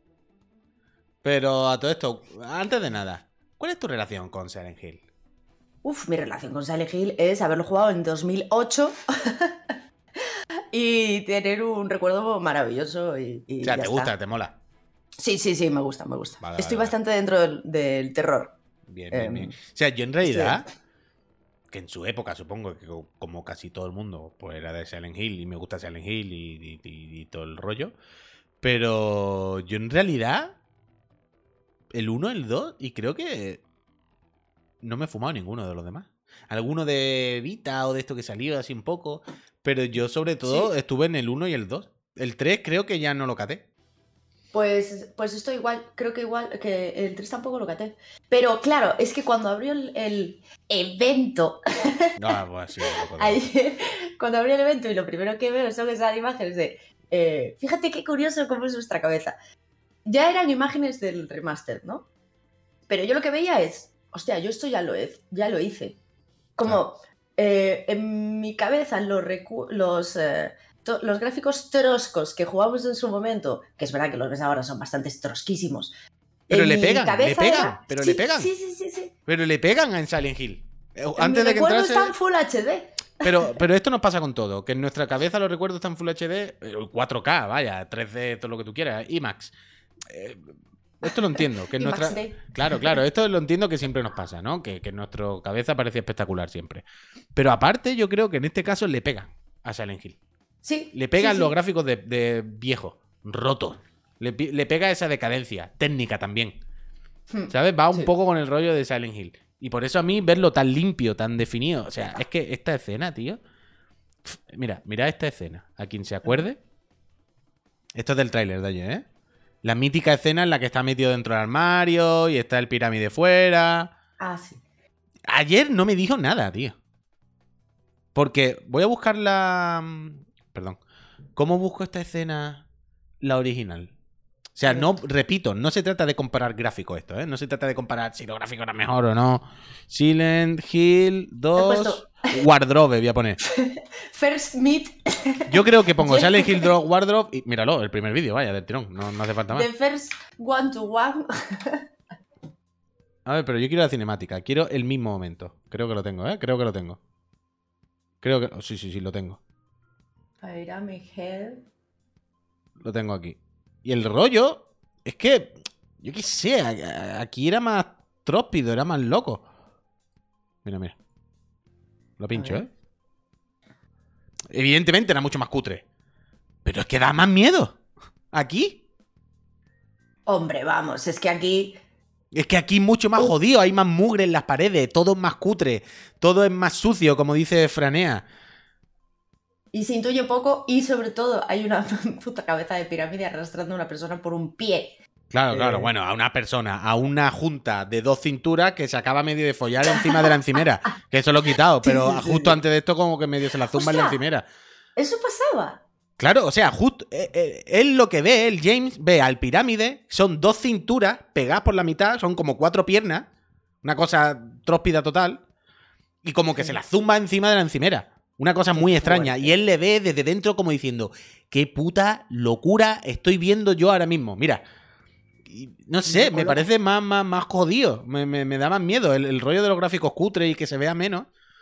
Pero a todo esto, antes de nada, ¿cuál es tu relación con Silent Hill? Mi relación con Silent Hill es haberlo jugado en 2008 y tener un recuerdo maravilloso. Y o sea, ya ¿te gusta? está. ¿Te mola? Sí, me gusta. Vale, Estoy vale. bastante dentro del terror. Bien. O sea, yo en realidad, que en su época supongo que como casi todo el mundo, pues era de Silent Hill y me gusta Silent Hill y todo el rollo. Pero yo en realidad, el 1, el 2, y creo que no me he fumado ninguno de los demás. Alguno de Vita o de esto que salió así un poco. Pero yo sobre todo estuve en el 1 y el 2. El 3 creo que ya no lo caté. Pues estoy igual, creo que igual, que el 3 tampoco lo caté. Pero claro, es que cuando abrió el evento, No, pues sí, loco. ayer, cuando abrió el evento y lo primero que veo son esas imágenes de, fíjate qué curioso cómo es nuestra cabeza. Ya eran imágenes del remaster, ¿no? Pero yo lo que veía es, hostia, yo esto ya lo hice. Como en mi cabeza los gráficos troscos que jugamos en su momento, que es verdad que los ves ahora son bastante trosquísimos. Pero en le mi pegan, cabeza pero sí, le pegan. Sí. Pero le pegan en Silent Hill. Antes de que entrase... está en Full HD. Pero esto nos pasa con todo, que en nuestra cabeza los recuerdos están Full HD, 4K, vaya, 3D, todo lo que tú quieras, IMAX. Esto lo entiendo, que en nuestra... Claro, esto lo entiendo que siempre nos pasa, ¿no? Que en nuestra cabeza parece espectacular siempre. Pero aparte, yo creo que en este caso le pegan a Silent Hill. Sí. Le pegan los gráficos de viejo, rotos. Le pega esa decadencia, técnica también. ¿Sabes? Va un poco con el rollo de Silent Hill. Y por eso a mí verlo tan limpio, tan definido. O sea, es que esta escena, tío. Mira esta escena. A quien se acuerde. Esto es del tráiler de ayer, ¿eh? La mítica escena en la que está metido dentro del armario y está el pirámide fuera. Ah, sí. Ayer no me dijo nada, tío. Porque voy a buscar la... Perdón. ¿Cómo busco esta escena la original? O sea, no, repito, no se trata de comparar gráficos esto, ¿eh? No se trata de comparar si los gráficos eran mejor o no. Silent Hill 2 Wardrobe, voy a poner. First Meet. Yo creo que pongo Silent Hill 2 Wardrobe y míralo, el primer vídeo, vaya, del tirón. No hace falta más. The First One to One. A ver, pero yo quiero la cinemática. Quiero el mismo momento. Creo que lo tengo, ¿eh? Creo que lo tengo. Creo que... Sí, lo tengo. Pyramid Head. Lo tengo aquí. Y el rollo es que, yo qué sé, aquí era más trópido, era más loco. Mira. Lo pincho, ¿eh? Evidentemente era mucho más cutre. Pero es que da más miedo. ¿Aquí? Hombre, vamos, es que aquí... Es que aquí es mucho más jodido, hay más mugre en las paredes, todo es más cutre, todo es más sucio, como dice Franea. Y se intuye poco y sobre todo hay una puta cabeza de pirámide arrastrando a una persona por un pie. Claro, bueno, a una persona, a una junta de 2 cinturas que se acaba medio de follar encima de la encimera. Que eso lo he quitado, pero justo antes de esto como que medio se la zumba en la encimera. ¿Eso pasaba? Claro, o sea, justo él lo que ve, el James, ve al pirámide, son 2 cinturas pegadas por la mitad, son como 4 piernas, una cosa tróspida total, y como que se la zumba encima de la encimera. Una cosa muy extraña. Y él le ve desde dentro como diciendo, qué puta locura estoy viendo yo ahora mismo. Mira, no sé, me parece más jodido. Me da más miedo. El rollo de los gráficos cutres y que se vea menos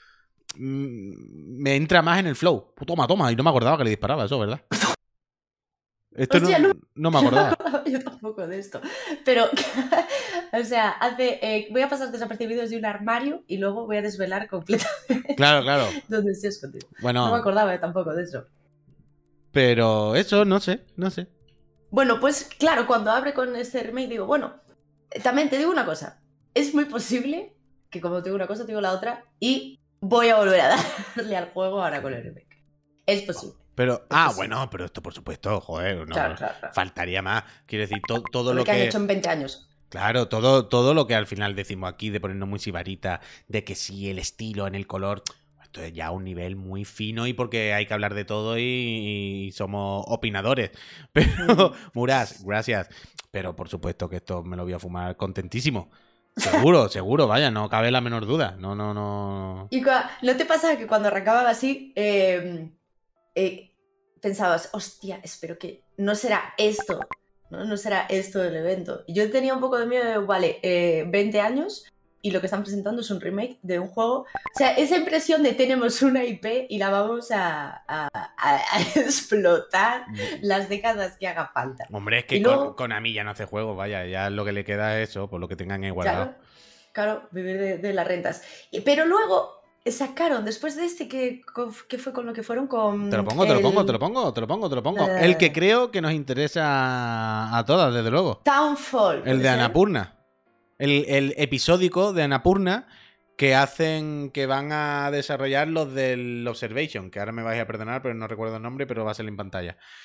me entra más en el flow. Toma. Y no me acordaba que le disparaba eso, ¿verdad? Esto hostia, no me acordaba. Yo tampoco de esto. Pero, o sea, voy a pasar desapercibidos de un armario y luego voy a desvelar completamente. Claro. ¿Dónde se escondido? Bueno, no me acordaba tampoco de eso. Pero eso, no sé. Bueno, pues claro, cuando abre con este remake digo, bueno, también te digo una cosa. Es muy posible que como te digo una cosa, te digo la otra y voy a volver a darle al juego ahora con el remake. Es posible. Pero, bueno, pero esto por supuesto, joder, no, claro. Faltaría más. Quiero decir, todo lo que han hecho en 20 años. Claro, todo lo que al final decimos aquí de ponernos muy sibarita, de que sí, el estilo, en el color, esto es ya un nivel muy fino y porque hay que hablar de todo y somos opinadores. Pero, Muras, gracias. Pero por supuesto que esto me lo voy a fumar contentísimo. Seguro, vaya, no cabe la menor duda. No. ¿Y no te pasa que cuando arrancaba así... pensabas, hostia, espero que no será esto, no será esto el evento? Y yo tenía un poco de miedo de, vale, 20 años y lo que están presentando es un remake de un juego. O sea, esa impresión de tenemos una IP y la vamos a explotar las décadas que haga falta. Hombre, es que luego, con Konami ya no hace juegos, vaya, ya lo que le queda es eso, por lo que tengan ahí guardado. Claro, vivir de las rentas. Pero luego... sacaron, después de este, que fue con lo que fueron con... Te lo pongo. El que creo que nos interesa a todas, desde luego. Townfall. El de Annapurna. El episódico de Annapurna que van a desarrollar los del Observation, que ahora me vais a perdonar, pero no recuerdo el nombre, pero va a salir en pantalla.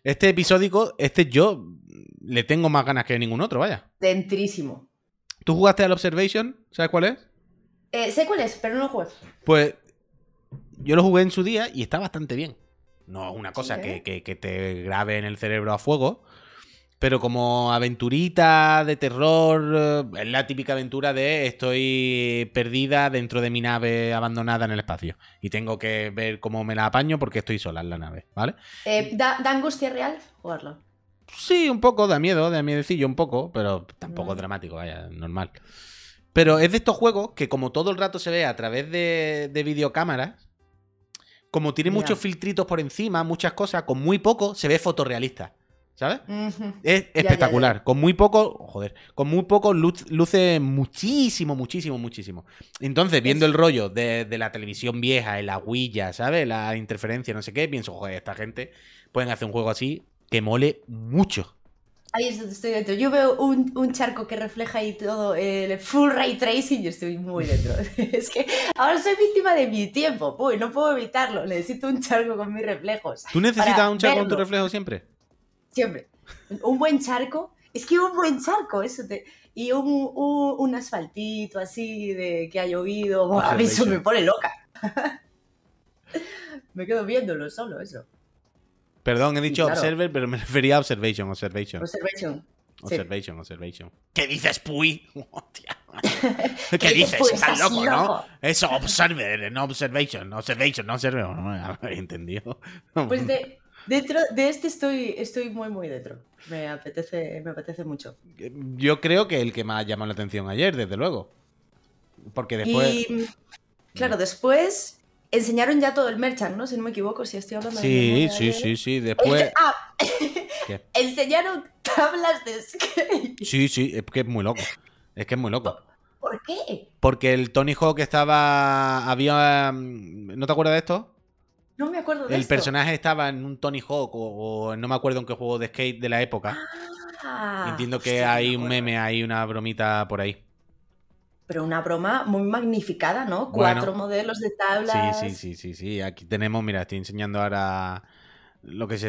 Este episódico, yo le tengo más ganas que ningún otro, vaya. Dentrísimo. ¿Tú jugaste al Observation? ¿Sabes cuál es? Sé cuál es, pero no lo jugué. Pues yo lo jugué en su día y está bastante bien. No es una cosa Sí, que te grabe en el cerebro a fuego, pero como aventurita de terror, es la típica aventura de estoy perdida dentro de mi nave abandonada en el espacio y tengo que ver cómo me la apaño porque estoy sola en la nave, ¿vale? ¿Da angustia real jugarlo? Sí, un poco, da miedo, da miedecillo un poco, pero tampoco es dramático, vaya, normal. Pero es de estos juegos que como todo el rato se ve a través de videocámaras, como tiene muchos filtritos por encima, muchas cosas, con muy poco se ve fotorrealista, ¿sabes? Es espectacular. Con muy poco, con muy poco luce muchísimo, muchísimo, muchísimo. Entonces, viendo el rollo de la televisión vieja, la huilla, ¿sabes? La interferencia, no sé qué, pienso, joder, esta gente pueden hacer un juego así que mole mucho. Ahí es donde estoy dentro. Yo veo un charco que refleja ahí todo el full ray tracing y yo estoy muy dentro. Es que ahora soy víctima de mi tiempo. Uy, no puedo evitarlo. Necesito un charco con mis reflejos. ¿Tú necesitas un charco con tu reflejo siempre? Siempre. Un buen charco. Es que un buen charco, y un asfaltito así de que ha llovido. A mí eso me pone loca. Me quedo viéndolo solo, eso. Perdón, he dicho claro. Observer, pero me refería a Observation. Observation. ¿Qué dices, Puy? Hostia. ¿Qué dices? Estás loco, ¿no? Eso, Observer, no Observation. Observation, no Observer. No me habéis entendido. Pues dentro de este estoy muy, muy dentro. Me apetece mucho. Yo creo que el que más llamó la atención ayer, desde luego. Porque después... Y, claro, después... Enseñaron ya todo el merchant, ¿no? Si no me equivoco, si estoy hablando de... Sí. Después... Enseñaron tablas de skate. Sí, es que es muy loco. ¿Por qué? Porque el Tony Hawk había... ¿No te acuerdas de esto? No me acuerdo de esto. El personaje estaba en un Tony Hawk o no me acuerdo en qué juego de skate de la época. Entiendo que hay un meme, hay una bromita por ahí. Pero una broma muy magnificada, ¿no? 4 modelos de tablas. Sí. Aquí tenemos, mira, estoy enseñando ahora lo que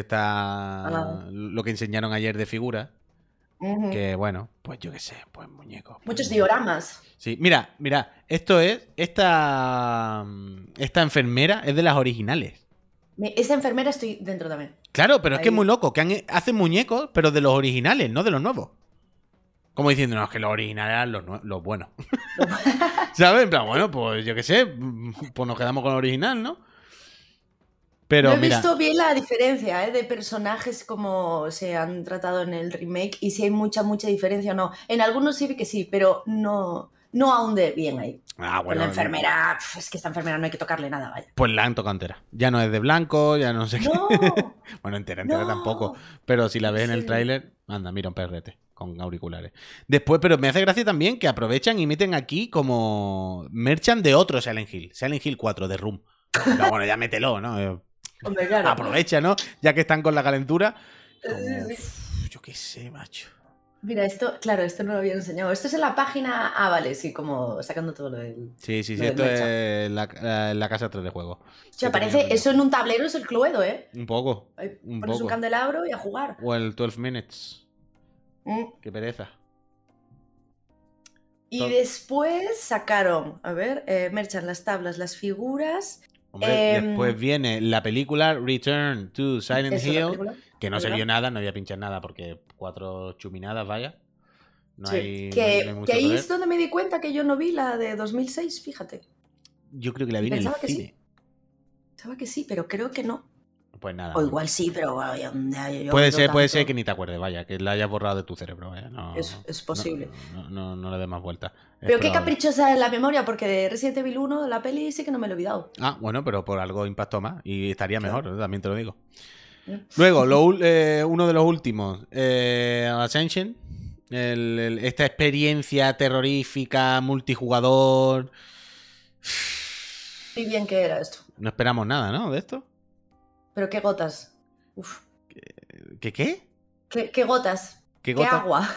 lo que enseñaron ayer de figuras. Que bueno, pues yo qué sé, pues muñecos. Muchos dioramas. Sí, mira, esto es. Esta enfermera es de las originales. Esa enfermera estoy dentro también. Claro, pero es que es muy loco, que hacen muñecos, pero de los originales, no de los nuevos. Como diciendo, no, es que los originales eran los buenos. ¿Sabes? En plan, bueno, pues yo qué sé, pues nos quedamos con el original, ¿no? Pero, no he visto bien la diferencia de personajes como se han tratado en el remake y si hay mucha diferencia o no. En algunos sí que sí, pero no aún de bien ahí. Bueno. Con la enfermera, es que esta enfermera no hay que tocarle nada, vaya. Pues la han tocado entera. Ya no es de blanco, ya no sé qué. Bueno, entera tampoco. Pero si la ves en el tráiler, anda, mira un perrete con auriculares. Después, pero me hace gracia también que aprovechan y meten aquí como merchan de otro Silent Hill. Silent Hill 4 de Room. Pero bueno, ya mételo, ¿no? Hombre, claro. Aprovecha, ¿no? Ya que están con la calentura. Yo qué sé, macho. Mira, esto no lo había enseñado. Esto es en la página... vale, sí, como sacando todo lo del... Sí, esto es la casa 3 de juego. O sea, parece eso en un tablero es el Cluedo, ¿eh? Un poco. Pones un candelabro y a jugar. O el 12 Minutes. Qué pereza. Y después sacaron, a ver, merchan las tablas, las figuras... Hombre, después viene la película Return to Silent Hill, que no se vio nada, no había pinchado nada porque 4 chuminadas, vaya. No hay mucho que ahí es donde me di cuenta que yo no vi la de 2006, fíjate. Yo creo que la vi en el cine. Pensaba que sí, pero creo que no. Pues nada. O igual sí, pero bueno, puede ser que ni te acuerdes, vaya, que la hayas borrado de tu cerebro, vaya. No, es posible. No le des más vuelta. Pero qué caprichosa es la memoria, porque de Resident Evil 1, la peli, sí que no me lo he olvidado. Bueno, pero por algo impactó más y estaría mejor, también te lo digo. Luego, uno de los últimos, Ascension, esta experiencia terrorífica, multijugador. Y bien que era esto. No esperamos nada, ¿no? De esto. Pero qué gotas. Uf. ¿Qué? ¿Qué gotas? ¿Qué agua?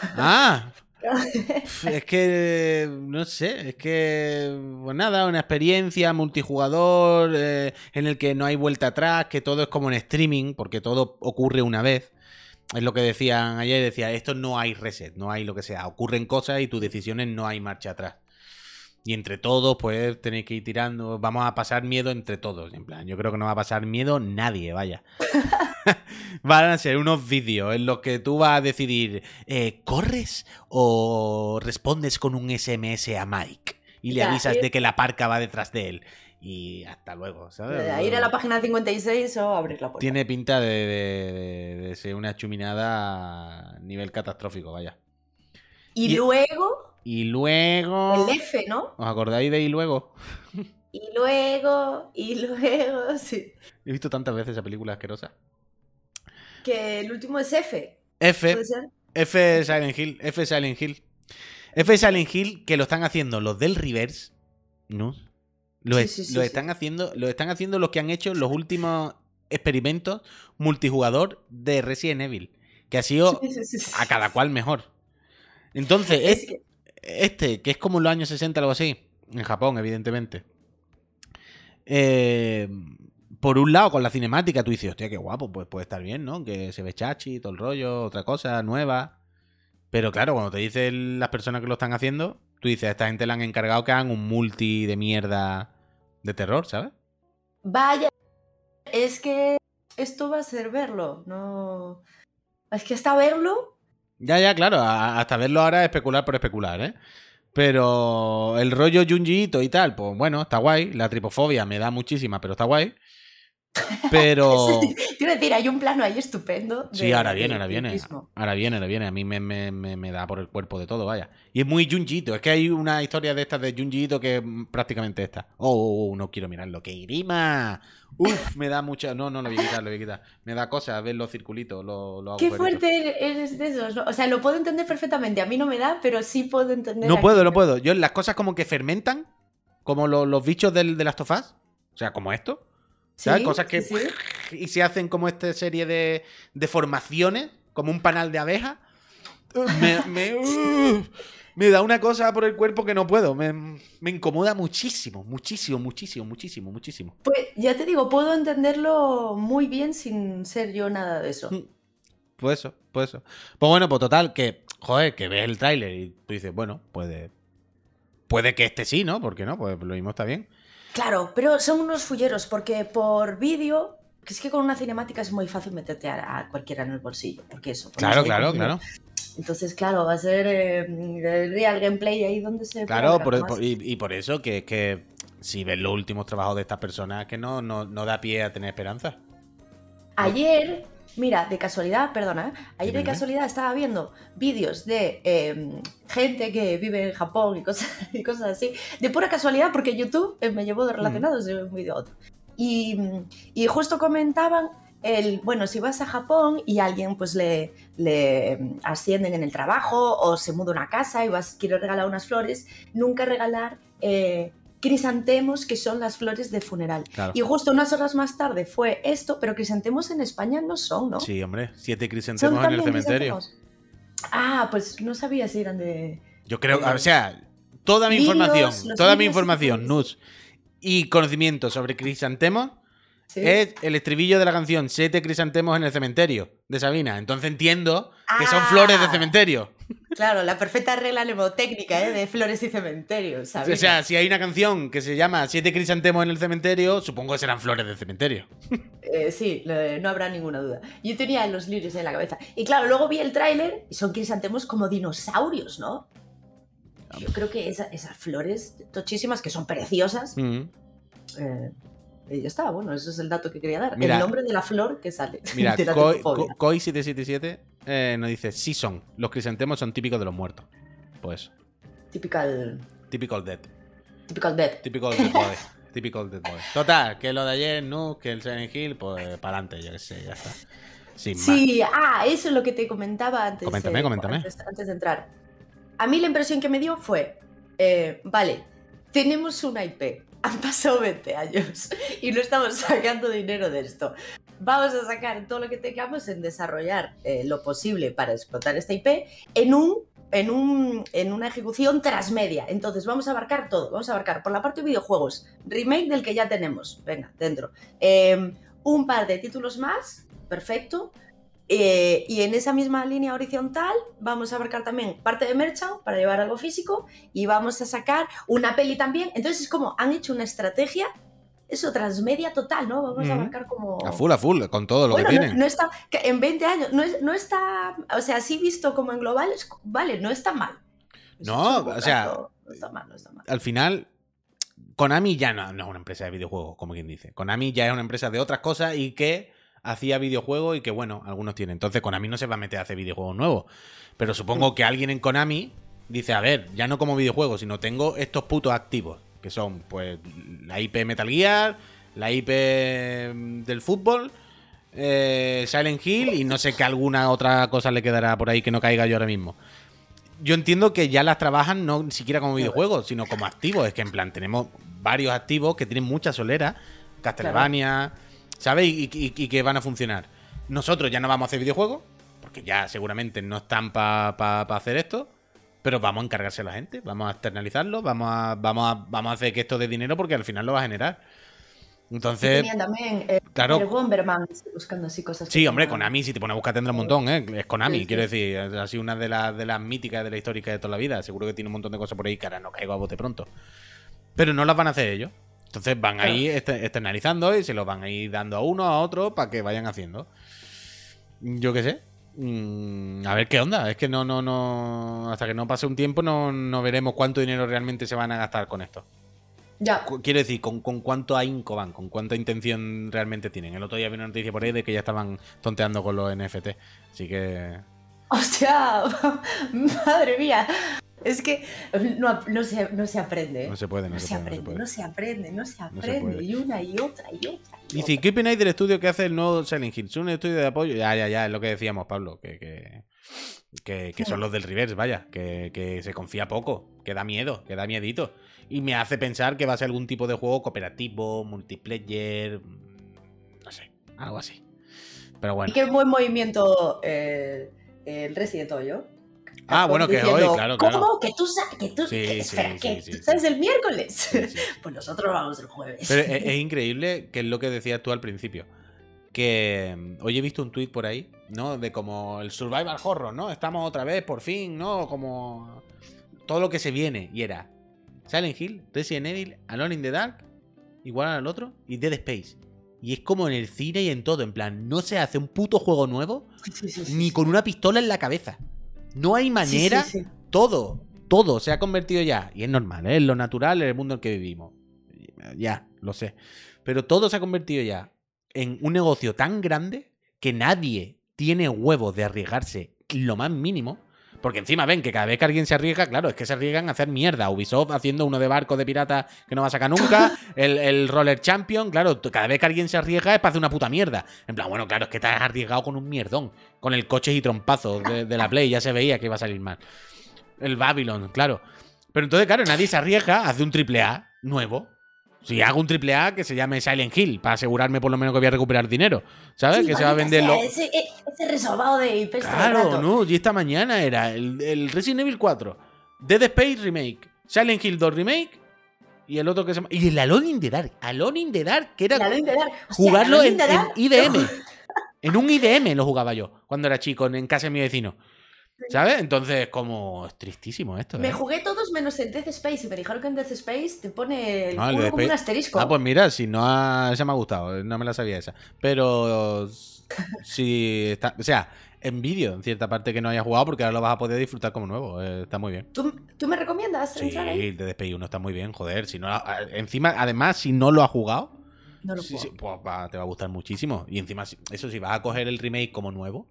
Es que, no sé, es que, pues nada, una experiencia multijugador en el que no hay vuelta atrás, que todo es como en streaming, porque todo ocurre una vez. es lo que decían ayer, decía, esto no hay reset, no hay lo que sea, ocurren cosas y tus decisiones no hay marcha atrás. Y entre todos, pues tenéis que ir tirando, vamos a pasar miedo entre todos, en plan, yo creo que no va a pasar miedo nadie, vaya. Van a ser unos vídeos en los que tú vas a decidir, ¿corres o respondes con un SMS a Mike? Y le avisas de que la parca va detrás de él. Y hasta luego, ¿sabes? Ir a la página 56 o abrir la puerta. Tiene pinta de ser una chuminada a nivel catastrófico, vaya. Y luego... Y luego... El F, ¿no? ¿Os acordáis de y luego? Y luego, sí. He visto tantas veces esa película asquerosa. Que el último es F. F. ¿Puede ser? F Silent Hill. F Silent Hill. F Silent Hill, que lo están haciendo los del Reverse, ¿no? Lo están haciendo los que han hecho los últimos experimentos multijugador de Resident Evil. Que ha sido a cada cual mejor. Entonces, que es como en los años 60 o algo así, en Japón, evidentemente. Por un lado, con la cinemática, tú dices, hostia, qué guapo, pues puede estar bien, ¿no? Que se ve chachi, todo el rollo, otra cosa, nueva. Pero claro, cuando te dicen las personas que lo están haciendo, tú dices, a esta gente le han encargado que hagan un multi de mierda de terror, ¿sabes? Vaya, es que esto va a ser verlo, no... Es que hasta verlo... Ya, claro, hasta verlo ahora es especular por especular, ¿eh? Pero el rollo Junji Ito y tal, pues bueno, está guay. La tripofobia me da muchísima, pero está guay. Pero... Quiero decir, hay un plano ahí estupendo. Sí, ahora viene. Ahora viene. A mí me da por el cuerpo de todo, vaya. Y es muy Junji Ito. Es que hay una historia de estas de Junji Ito que es prácticamente esta. No quiero mirarlo. ¡Qué Irima! Uf, me da mucha... No, lo voy a quitar. Me da cosas ver los circulitos, los Qué fuerte eres de esos, ¿no? O sea, lo puedo entender perfectamente. A mí no me da, pero sí puedo entender... No puedo. Yo las cosas como que fermentan, como los bichos de Last of Us. O sea, como esto. ¿Sabes? Sí, cosas que... sí. Y se hacen como esta serie de formaciones, como un panal de abejas. Me da una cosa por el cuerpo que no puedo. Me incomoda muchísimo. Pues ya te digo, puedo entenderlo muy bien sin ser yo nada de eso. Pues eso. Pues bueno, pues total, que, joder, que ves el tráiler y tú dices, bueno, puede que este sí, ¿no? ¿Por qué no? Pues lo mismo está bien. Claro, pero son unos fulleros, porque por vídeo, que es que con una cinemática es muy fácil meterte a cualquiera en el bolsillo, porque eso. Claro. Entonces, claro, va a ser el real gameplay ahí donde se... Claro, y por eso que si ves los últimos trabajos de estas personas, que no da pie a tener esperanza. Ayer, mira, de casualidad, perdona, ayer de casualidad estaba viendo vídeos de gente que vive en Japón y cosas así, de pura casualidad, porque YouTube me llevó de relacionados de un vídeo a otro. Y justo comentaban bueno, si vas a Japón y a alguien pues le ascienden en el trabajo o se muda a una casa y quiere regalar unas flores, nunca regalar crisantemos, que son las flores de funeral. Claro. Y justo unas horas más tarde fue esto, pero crisantemos en España no son, ¿no? Sí, hombre, 7 crisantemos en el cementerio. Ah, pues no sabía si eran de... Yo creo, o sea, toda mi información, news y conocimiento sobre crisantemos es el estribillo de la canción 7 crisantemos en el cementerio de Sabina. Entonces entiendo que son flores de cementerio. Claro, la perfecta regla mnemotécnica de flores y cementerios, ¿sabes? O sea, si hay una canción que se llama 7 crisantemos en el cementerio, supongo que serán flores de cementerio. Sí, no habrá ninguna duda. Yo tenía los lirios en la cabeza. Y claro, luego vi el tráiler y son crisantemos como dinosaurios, ¿no? Yo creo que esas flores tochísimas, que son preciosas, ya está, bueno, eso es el dato que quería dar. Mira, el nombre de la flor que sale. Mira, Koi777 nos dice, sí son, los crisantemos son típicos de los muertos. Pues Typical dead. Typical dead body. Total, que lo de ayer, no, que el Silent Hill, pues para adelante, yo qué sé, ya está. Sí, eso es lo que te comentaba antes. Coméntame. Antes de entrar. A mí la impresión que me dio fue, vale, tenemos una IP. Han pasado 20 años y no estamos sacando dinero de esto. Vamos a sacar todo lo que tengamos en desarrollar lo posible para explotar esta IP en una ejecución transmedia. Entonces vamos a abarcar todo. Vamos a abarcar por la parte de videojuegos, remake del que ya tenemos, venga, dentro. Un par de títulos más, perfecto. Y en esa misma línea horizontal vamos a abarcar también parte de merchant para llevar algo físico y vamos a sacar una peli también. Entonces es como han hecho una estrategia, eso, transmedia total, ¿no? Vamos a abarcar como... A full, con todo lo que tienen. No está, en 20 años, no está, o sea, sí visto como en global, vale, no está mal. No, o sea, no está mal. Al final, Konami ya no es una empresa de videojuegos, como quien dice. Konami ya es una empresa de otras cosas y que hacía videojuegos y que, bueno, algunos tienen. Entonces Konami no se va a meter a hacer videojuegos nuevos. Pero supongo que alguien en Konami dice, a ver, ya no como videojuegos, sino tengo estos putos activos, que son, pues, la IP Metal Gear, la IP del fútbol, Silent Hill y no sé qué alguna otra cosa le quedará por ahí que no caiga yo ahora mismo. Yo entiendo que ya las trabajan no ni siquiera como videojuegos, sino como activos. Es que en plan tenemos varios activos que tienen mucha solera, Castlevania, ¿sabes? Y que van a funcionar. Nosotros ya no vamos a hacer videojuegos, porque ya seguramente no están para hacer esto, pero vamos a encargarse a la gente, vamos a externalizarlo, vamos a hacer que esto dé dinero porque al final lo va a generar. Entonces, tenían también claro, el Bomberman, buscando así cosas. Sí, hombre, Konami, si te pones a buscar tendrá un montón, ¿eh? Es Konami, Sí. quiero decir, es así una de las míticas de la histórica de toda la vida. Seguro que tiene un montón de cosas por ahí que ahora no caigo a bote pronto. Pero no las van a hacer ellos. Entonces van a ir externalizando y se los van a ir dando a uno, a otro, para que vayan haciendo. Yo qué sé. A ver qué onda. Es que no. Hasta que no pase un tiempo no veremos cuánto dinero realmente se van a gastar con esto. Ya. Quiero decir, con cuánto ahínco van, con cuánta intención realmente tienen. El otro día vi una noticia por ahí de que ya estaban tonteando con los NFT. Así que... ¡Hostia! ¡Madre mía! Es que no se aprende. No se puede. No se aprende. Y una y otra. Dice, ¿qué opináis del estudio que hace el nuevo Silent Hill? ¿Es un estudio de apoyo? Ya, es lo que decíamos, Pablo. Que son los del Reverse, vaya. Que se confía poco. Que da miedo, que da miedito. Y me hace pensar que va a ser algún tipo de juego cooperativo, multiplayer... No sé, algo así. Pero bueno. Y qué buen movimiento el Resident Evil. Bueno, que diciendo, hoy, claro. ¿Cómo? ¿Que tú sabes? ¿Tú sabes el miércoles? Sí. Pues nosotros vamos el jueves. Pero es increíble que es lo que decías tú al principio. Que hoy he visto un tuit por ahí, ¿no? De como el survival horror, ¿no? Estamos otra vez, por fin, ¿no? Como todo lo que se viene. Y era Silent Hill, Resident Evil, Alone in the Dark, igual al otro, y Dead Space. Y es como en el cine y en todo, en plan, no se hace un puto juego nuevo ni con una pistola en la cabeza. No hay manera, todo se ha convertido ya, y es normal, es lo natural en el mundo en el que vivimos. Ya, lo sé. Pero todo se ha convertido ya en un negocio tan grande que nadie tiene huevos de arriesgarse lo más mínimo. Porque encima ven que cada vez que alguien se arriesga, claro, es que se arriesgan a hacer mierda. Ubisoft haciendo uno de barco de pirata que no va a sacar nunca. El Roller Champion, claro, cada vez que alguien se arriesga es para hacer una puta mierda. En plan, bueno, claro, es que te has arriesgado con un mierdón. Con el coche y trompazos de la Play, ya se veía que iba a salir mal. El Babylon, claro. Pero entonces, claro, nadie se arriesga a hacer un AAA nuevo. Si hago un AAA que se llame Silent Hill, para asegurarme por lo menos que voy a recuperar dinero, ¿sabes? Sí, que se va a vender ese resolvado de IP. Claro, no, y esta mañana era el Resident Evil 4, Dead Space Remake, Silent Hill 2 Remake y el otro que se llama... Y el Alone in the Dark. Alone in the Dark, que era jugarlo en IDM. En un IDM lo jugaba yo cuando era chico, en casa de mi vecino. ¿Sabes? Entonces, como es tristísimo esto. Me jugué todos menos el Death Space y me dijeron que en Death Space te pone el culo como un asterisco. Pues mira, si no esa me ha gustado, no me la sabía esa. Pero si está, o sea, envidio en cierta parte que no haya jugado porque ahora lo vas a poder disfrutar como nuevo. Está muy bien. ¿Tú me recomiendas entrar ahí? Sí, Dead Space 1 está muy bien, joder. Si no, encima, además, si no lo has jugado, no lo pues te va a gustar muchísimo. Y encima, eso sí, vas a coger el remake como nuevo.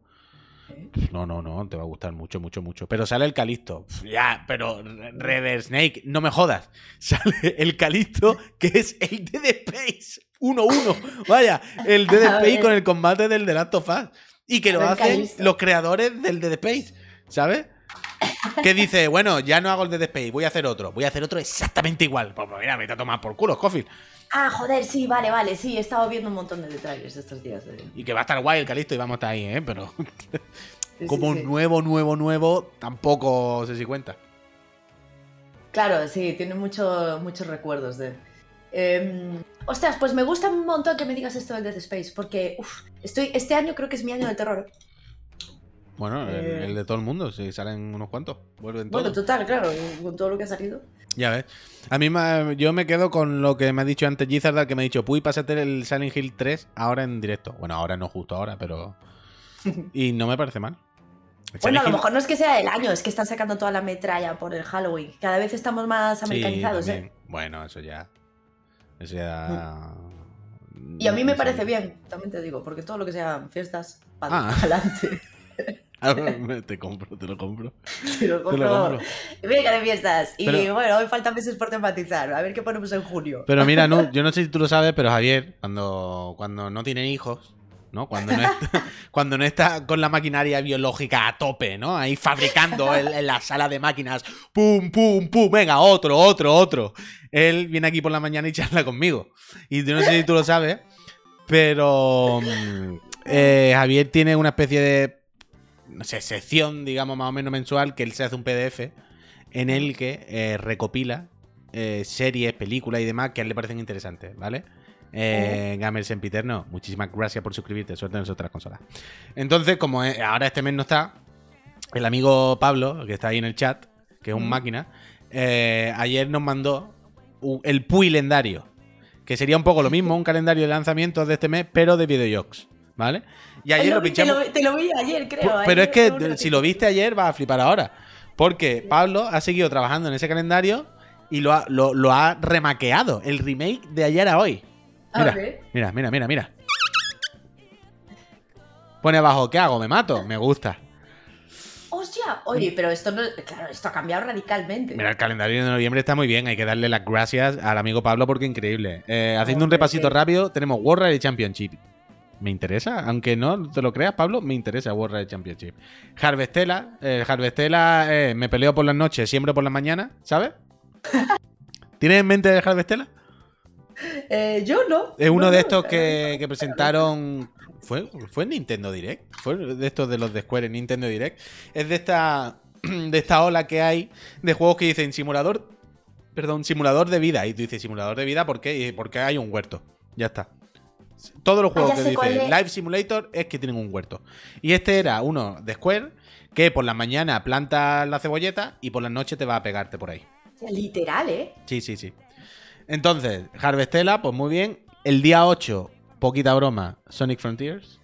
No, te va a gustar mucho. Pero sale el Calisto. Ya, pero Red Snake, no me jodas. Sale el Calisto, que es el Dead Space 1-1. Vaya, el Dead Space con el combate del The Last of Us. Y que lo hacen los creadores del Dead Space, ¿sabes? Que dice, bueno, ya no hago el Dead Space, voy a hacer otro exactamente igual. Pues mira, me está tomando por culo, Scofield. Joder, sí, vale, sí, he estado viendo un montón de detalles estos días. Y que va a estar guay el Calisto y vamos a estar ahí, Pero como nuevo, tampoco sé si cuenta. Claro, sí, tiene muchos recuerdos de... ostras, pues me gusta un montón que me digas esto del Dead Space, porque este año creo que es mi año de terror. Bueno, el de todo el mundo, si salen unos cuantos, vuelven todos. Bueno, total, claro, con todo lo que ha salido. Ya ves. A mí yo me quedo con lo que me ha dicho antes Gizardal, que me ha dicho, Puy, pásate el Silent Hill 3 ahora en directo. Bueno, ahora no, justo ahora, pero... Y no me parece mal. Bueno, a lo mejor no es que sea del año, es que están sacando toda la metralla por el Halloween. Cada vez estamos más americanizados, sí, Bueno, eso ya... Y a mí me parece bien, también te digo, porque todo lo que sean fiestas, para adelante. Te lo compro. Te lo compro. Venga de fiestas. Y bueno, hoy faltan meses por tematizar. A ver qué ponemos en junio. Pero mira, yo no sé si tú lo sabes, pero Javier, cuando no tiene hijos, ¿no? Cuando no está con la maquinaria biológica a tope, ¿no? Ahí fabricando en la sala de máquinas. ¡Pum, pum, pum! Venga, otro. Él viene aquí por la mañana y charla conmigo. Y yo no sé si tú lo sabes, pero Javier tiene una especie de, no sé, sección, digamos, más o menos mensual, que él se hace un PDF en el que recopila series, películas y demás que a él le parecen interesantes, ¿vale? Gamer Sempiterno, muchísimas gracias por suscribirte, suerte en las otras consolas. Entonces, como ahora este mes no está, el amigo Pablo, que está ahí en el chat, que es un máquina, ayer nos mandó el Puy Lendario, que sería un poco lo mismo, un calendario de lanzamientos de este mes, pero de videojuegos, ¿le? Y ayer lo pinchamos. Te lo vi ayer, creo. Pero es que si lo viste ayer, vas a flipar ahora. Porque Pablo ha seguido trabajando en ese calendario y lo ha remaqueado. El remake de ayer a hoy. Mira. Pone abajo, ¿qué hago? ¿Me mato? Me gusta. ¡Hostia! Oye, pero esto no... Claro, esto ha cambiado radicalmente. Mira, el calendario de noviembre está muy bien. Hay que darle las gracias al amigo Pablo porque increíble. Haciendo un repasito rápido, tenemos World Rally Championship. Me interesa, aunque no te lo creas, Pablo, me interesa World Rally Championship. Harvestella, me peleo por las noches, siempre por las mañanas, ¿sabes? ¿Tienes en mente el Harvestella? Yo no. Es uno de estos que presentaron... ¿Fue en Nintendo Direct? Fue de estos de los de Square en Nintendo Direct. Es de esta ola que hay de juegos que dicen simulador de vida. Y tú dices, ¿simulador de vida? ¿Por qué? Porque hay un huerto. Ya está. Todos los juegos que dicen Life Simulator es que tienen un huerto. Y este era uno de Square que por la mañana planta la cebolleta y por la noche te va a pegarte por ahí. Literal, ¿eh? Sí. Entonces, Harvestella, pues muy bien. El día 8, poquita broma, Sonic Frontiers.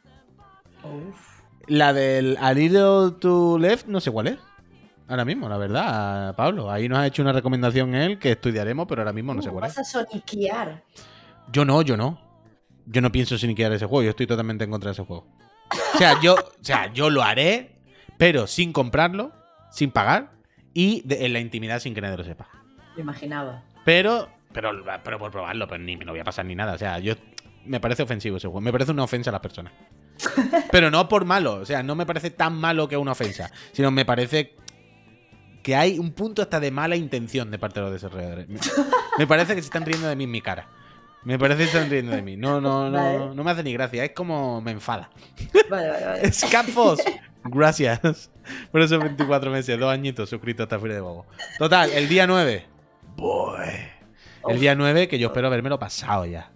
Uf. La del A Little to Left, no sé cuál es. Ahora mismo, la verdad, Pablo. Ahí nos ha hecho una recomendación él que estudiaremos, pero ahora mismo no sé cuál es. ¿Vas a soniquear? Yo no. Yo no pienso soniquear ese juego. Yo estoy totalmente en contra de ese juego. O sea, yo lo haré, pero sin comprarlo, sin pagar y en la intimidad sin que nadie lo sepa. Me imaginaba. Pero por probarlo, pero ni me lo voy a pasar ni nada. O sea, me parece ofensivo ese juego. Me parece una ofensa a las personas. Pero no por malo. O sea, no me parece tan malo que una ofensa. Sino me parece que hay un punto hasta de mala intención de parte de los desarrolladores. Me parece que se están riendo de mí en mi cara. Me parece que se están riendo de mí. No me hace ni gracia. Es como me enfada. Vale. Scapfos, gracias por esos 24 meses, 2 añitos suscrito hasta Fuera de Bobo. Total, el día 9. El día 9, que yo espero habérmelo pasado ya.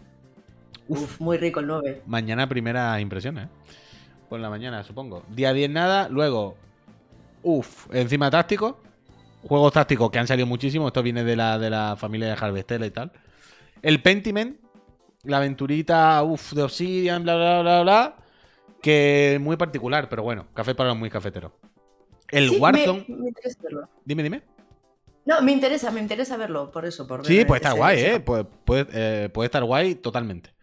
Uf, muy rico el 9. Mañana primera impresión, por la mañana, supongo. Día 10 nada, luego... encima táctico. Juegos tácticos que han salido muchísimo. Esto viene de la familia de Harvestella y tal. El Pentiment, la aventurita de Obsidian, bla, bla, bla, bla. Que es muy particular, pero bueno, café para los muy cafeteros. El Warzone... Me interesa verlo. Dime. No, me interesa verlo, por eso. Sí, puede estar guay, puede estar guay totalmente.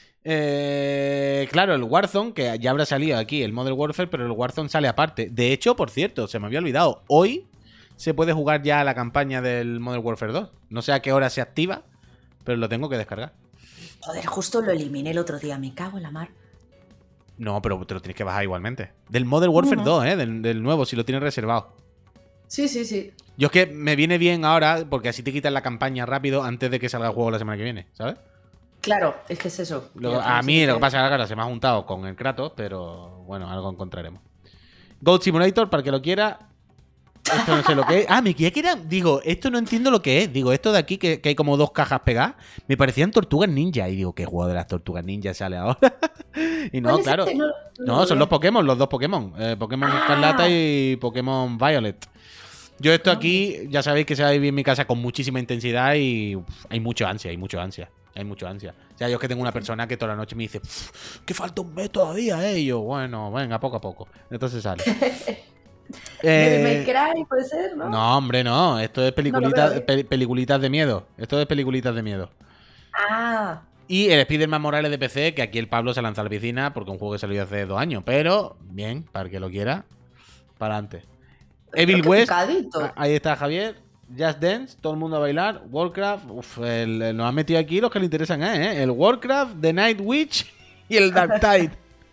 Claro, el Warzone, que ya habrá salido aquí, el Modern Warfare, pero el Warzone sale aparte. De hecho, por cierto, se me había olvidado, hoy se puede jugar ya la campaña del Modern Warfare 2. No sé a qué hora se activa, pero lo tengo que descargar. Joder, justo lo eliminé el otro día, me cago en la mar. No, pero te lo tienes que bajar igualmente. Del Modern Warfare 2, del nuevo, si lo tienes reservado. Sí. Yo es que me viene bien ahora, porque así te quitas la campaña rápido antes de que salga el juego la semana que viene, ¿sabes? Claro, es que es eso. A mí lo que pasa es que ahora se me ha juntado con el Kratos, pero bueno, algo encontraremos. Goat Simulator, para el que lo quiera. Esto no sé lo que es. Ah, me creía que era. Digo, esto no entiendo lo que es. Digo, esto de aquí, que hay como 2 cajas pegadas, me parecían tortugas ninja. Y digo, ¿qué juego de las tortugas ninja sale ahora? Y no, ¿Cuál es claro. ese? No, son veo. los Pokémon, los 2 Pokémon. Pokémon Escarlata Ah, y Pokémon Violet. Yo esto ah, aquí, ya sabéis que se va a vivir en mi casa con muchísima intensidad y hay mucho ansia, hay mucho ansia. Hay mucho ansia. O sea, yo es que tengo una persona que toda la noche me dice, que falta un mes todavía, ¿eh? Y yo, bueno, venga, poco a poco. Entonces sale. Devil May Eh, Cry, puede ser, ¿no? no, hombre, no. Esto es No lo veo, peliculitas, ¿eh? peliculitas de miedo. Esto es peliculitas de miedo. Ah, Y el Spider-Man Morales de PC, que aquí el Pablo se lanza a la piscina porque es un juego que salió hace 2 años. Pero, bien, para el que lo quiera, para adelante. pero Evil qué West, picadito. ahí está Javier. Just Dance, todo el mundo a bailar. Warcraft, nos han metido aquí los que le interesan, ¿eh? El Warcraft, The Night Witch y el Dark Tide.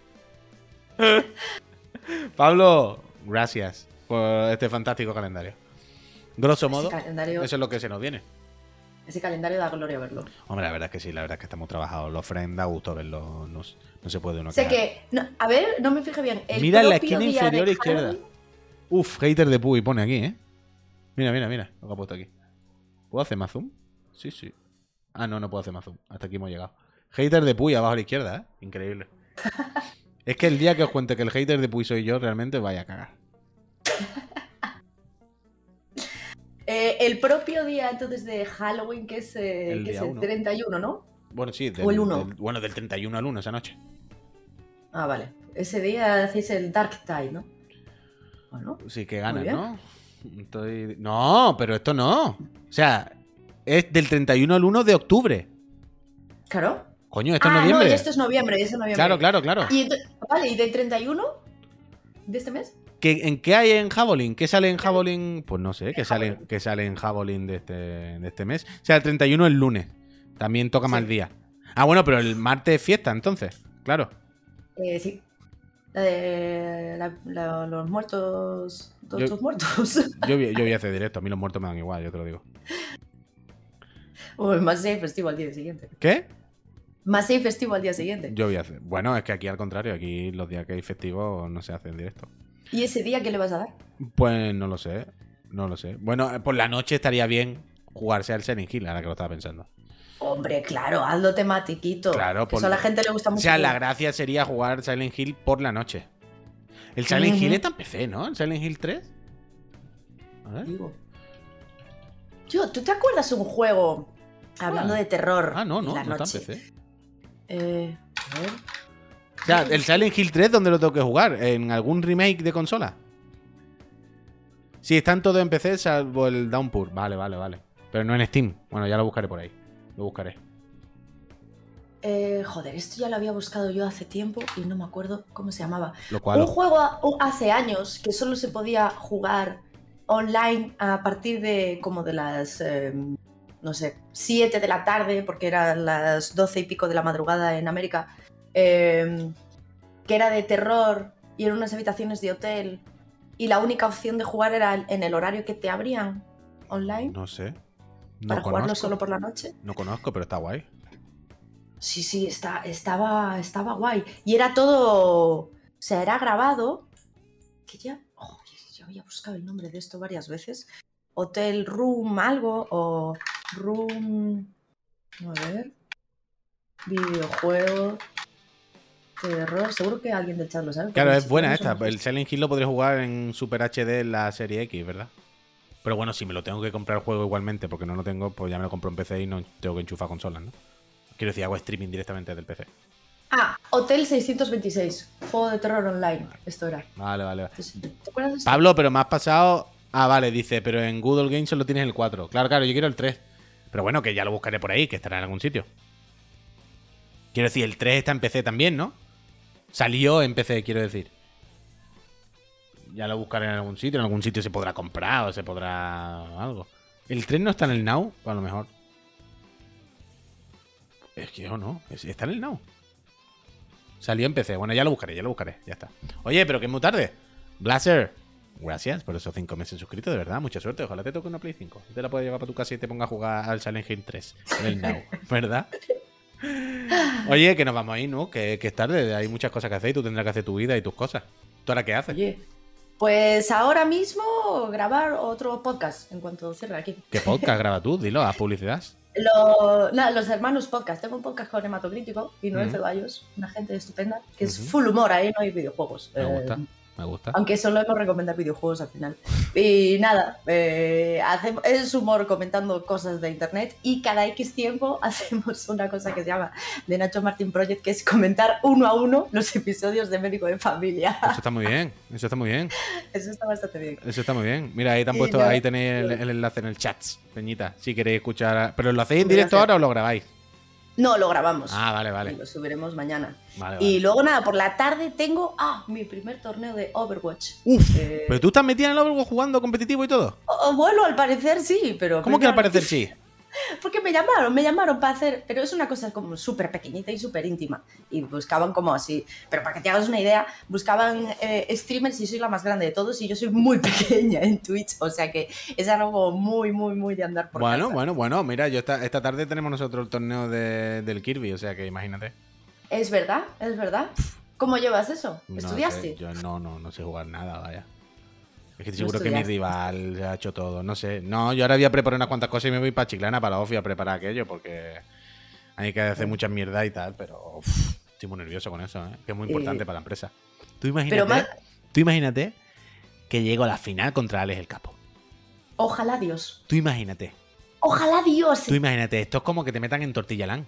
Pablo, gracias por este fantástico calendario. Grosso modo, eso es lo que se nos viene. Ese calendario da gloria verlo. Hombre, la verdad es que sí, la verdad es que estamos trabajados. Los friends da gusto verlos. No se puede uno Sé quejar. que, no, a ver, no me fijé bien. El Mira en la propio esquina día inferior de izquierda. Halloween. Uf, hater de Puy pone aquí, ¿eh? Mira, mira, mira lo que ha puesto aquí. ¿Puedo hacer más zoom? Sí, sí. Ah, no, no puedo hacer más zoom. Hasta aquí hemos llegado. Hater de Puy abajo a la izquierda, ¿eh? Increíble. Es que el día que os cuente que el hater de Puy soy yo, realmente vaya a cagar. El propio día entonces de Halloween, que es El que es día el 1. 31, ¿no? Bueno, sí, O el 1. bueno, del 31 al 1 esa noche. Ah, vale. Ese día hacéis el Dark Tide, ¿no? Bueno, Sí que muy ganas, bien. ¿no? No, pero esto no. O sea, es del 31 al 1 de octubre. Claro. Coño, esto es Ah, no, noviembre. y esto es noviembre, es noviembre. Claro, claro, claro. Vale, ¿y del 31 de este mes? ¿En qué hay en Javelin? ¿Qué sale en Javelin? Pues no sé, ¿qué sale en Javelin de este mes? O sea, el 31 es el lunes. También toca mal Sí. día. Ah, bueno, pero el martes es fiesta, entonces. Claro. Sí. Los muertos. Todos Yo- los muertos. Yo voy a hacer directo. A mí los muertos me dan igual, yo te lo digo. O el más safe festivo al día siguiente. ¿Qué? Más safe festivo al día siguiente. Yo voy a hacer. Bueno, es que aquí al contrario. Aquí los días que hay festivos no se hacen en directo. ¿Y ese día qué le vas a dar? Pues no lo sé. No lo sé. Bueno, por la noche estaría bien jugarse al Silent Hill, ahora que lo estaba pensando. Hombre, claro, hazlo tematiquito. Claro, que eso a la gente le gusta O mucho. sea, la gracia sería jugar Silent Hill por la noche. El Silent Hill Ujú. está en PC, ¿no? ¿El Silent Hill 3? A ver. Digo. Tío, ¿tú te acuerdas un juego hablando de terror? Ah, no, en la no está noche? en PC. A ver. O sea, el Silent Hill 3, ¿dónde lo tengo que jugar? ¿En algún remake de consola? Sí, están todos en PC salvo el Downpour. Vale, vale, vale. Pero no en Steam. Bueno, ya lo buscaré por ahí. Lo buscaré. Joder, esto ya lo había buscado yo hace tiempo y no me acuerdo cómo se llamaba. Lo cual. Un juego hace años que solo se podía jugar online a partir de como de las, no sé, 7 de la tarde, porque eran las 12 y pico de la madrugada en América, que era de terror y eran unas habitaciones de hotel y la única opción de jugar era en el horario que te abrían online No sé. No para jugarlo conozco. solo por la noche. No conozco, pero está guay. Sí, estaba guay. Y era todo, o sea, era grabado, que ya, ya había buscado el nombre de esto varias veces. Hotel Room algo, o Room, a ver, videojuego, terror, seguro que alguien del chat lo sabe. Claro, porque es buena no esta. somos El Silent Hill lo podré jugar en Super HD en la serie X, ¿verdad? Pero bueno, si me lo tengo que comprar el juego igualmente porque no lo tengo, pues ya me lo compro en PC y no tengo que enchufar consolas, ¿no? Quiero decir, hago streaming directamente desde el PC. Ah, Hotel 626, juego de terror online, esto era. Vale. Entonces, ¿te acuerdas de esto? Pablo, pero me has pasado... Ah, vale, dice, pero en Google Games solo tienes el 4. Claro, yo quiero el 3. Pero bueno, que ya lo buscaré por ahí, que estará en algún sitio. Quiero decir, el 3 está en PC también, ¿no? Salió en PC, quiero decir. Ya lo buscaré en algún sitio se podrá comprar o se podrá algo. ¿El 3 no está en el Now? A lo mejor. Es que yo no, está en el Now. Salió en PC, bueno, ya lo buscaré, ya está. Oye, pero que es muy tarde. Blazer, gracias por esos 5 meses suscritos, de verdad, mucha suerte. Ojalá te toque una Play 5. Te la puedes llevar para tu casa y te ponga a jugar al Silent Hill 3 en el Now, ¿verdad? Oye, que nos vamos a ir, ¿no? Que es tarde, hay muchas cosas que hacer y tú tendrás que hacer tu vida y tus cosas. ¿Tú ahora qué haces? Oye, Pues ahora mismo grabar otro podcast en cuanto cierre aquí. ¿Qué podcast graba tú? Dilo, haz publicidad. Los hermanos podcast. Tengo un podcast con Hematocrítico y Noel Ceballos, una gente estupenda, que es full humor, ahí no hay videojuegos. Me gusta. Aunque solo hemos recomendado videojuegos al final. Y nada, es humor comentando cosas de internet y cada X tiempo hacemos una cosa que se llama The Nacho Martin Project, que es comentar uno a uno los episodios de Médico de Familia. Eso está muy bien, eso está muy bien. Eso está bastante bien. Eso está muy bien. Mira, ahí te han puesto, ahí tenéis el enlace en el chat, Peñita, si queréis escuchar. ¿Pero lo hacéis en directo ahora o lo grabáis? No, lo grabamos. Ah, vale. Y lo subiremos mañana. Vale. Y luego nada, por la tarde tengo mi primer torneo de Overwatch. Uf, ¿pero tú estás metida en el Overwatch jugando competitivo y todo? Bueno, al parecer sí, pero... ¿Cómo que al parecer sí? Porque me llamaron para hacer, pero es una cosa como súper pequeñita y súper íntima. Y buscaban como así, pero para que te hagas una idea, buscaban streamers y soy la más grande de todos y yo soy muy pequeña en Twitch, o sea que es algo muy de andar por casa. Bueno, mira, yo esta tarde tenemos nosotros el torneo del Kirby, o sea que imagínate. Es verdad. ¿Cómo llevas eso? ¿Estudiaste? Yo no sé jugar nada, vaya. Es que seguro que mi rival ha hecho todo, no sé. No, yo ahora voy a preparar unas cuantas cosas y me voy para Chiclana, para la OFI, a preparar aquello, porque hay que hacer muchas mierdas y tal, pero estoy muy nervioso con eso, que es muy importante para la empresa. Tú imagínate que llego a la final contra Alex el Capo. Ojalá Dios. Tú imagínate. Ojalá Dios. Tú imagínate, esto es como que te metan en Tortillalán.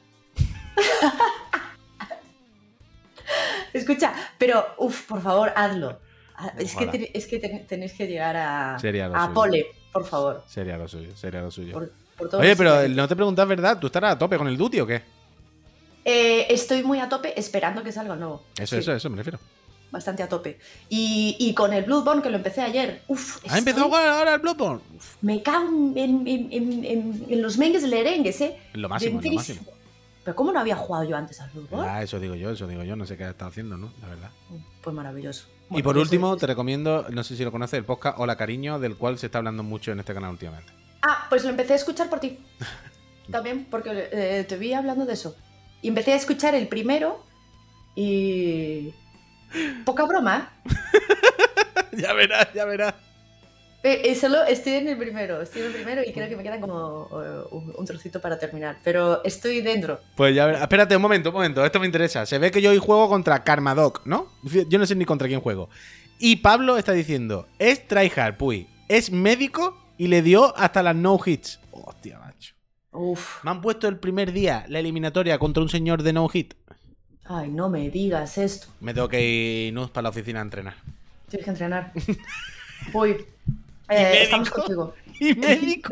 Escucha, pero, por favor, hazlo. Es que tenéis que llegar a Pole, por favor. Sería lo suyo. Por todo. Oye, pero no te preguntas, ¿verdad? ¿Tú estarás a tope con el Duty o qué? Estoy muy a tope esperando que salga el nuevo. Eso, me refiero. Bastante a tope. Y con el Bloodborne, que lo empecé ayer. ¿Ha empezado a jugar ahora el Bloodborne? Me cago en los mengues lerengues, ¿eh? En lo máximo. Pero ¿cómo no había jugado yo antes al Bloodborne? Eso digo yo. No sé qué ha estado haciendo, ¿no? La verdad. Pues maravilloso. Bueno, y por último, te recomiendo, no sé si lo conoces, el podcast Hola Cariño, del cual se está hablando mucho en este canal últimamente. Pues lo empecé a escuchar por ti. También, porque te vi hablando de eso. Y empecé a escuchar el primero y... Poca broma, ¿eh? Ya verás. Solo estoy en el primero y creo que me queda como un trocito para terminar, pero estoy dentro. Pues ya verás. Espérate un momento, esto me interesa. Se ve que yo hoy juego contra Karmadoc, ¿no? Yo no sé ni contra quién juego. Y Pablo está diciendo, es tryhard, puy, es médico y le dio hasta las no hits. Hostia, macho. Me han puesto el primer día la eliminatoria contra un señor de no hit. Ay, no me digas esto. Me tengo que ir para la oficina a entrenar. Tienes que entrenar. Uy. Estamos contigo. ¿Y médico?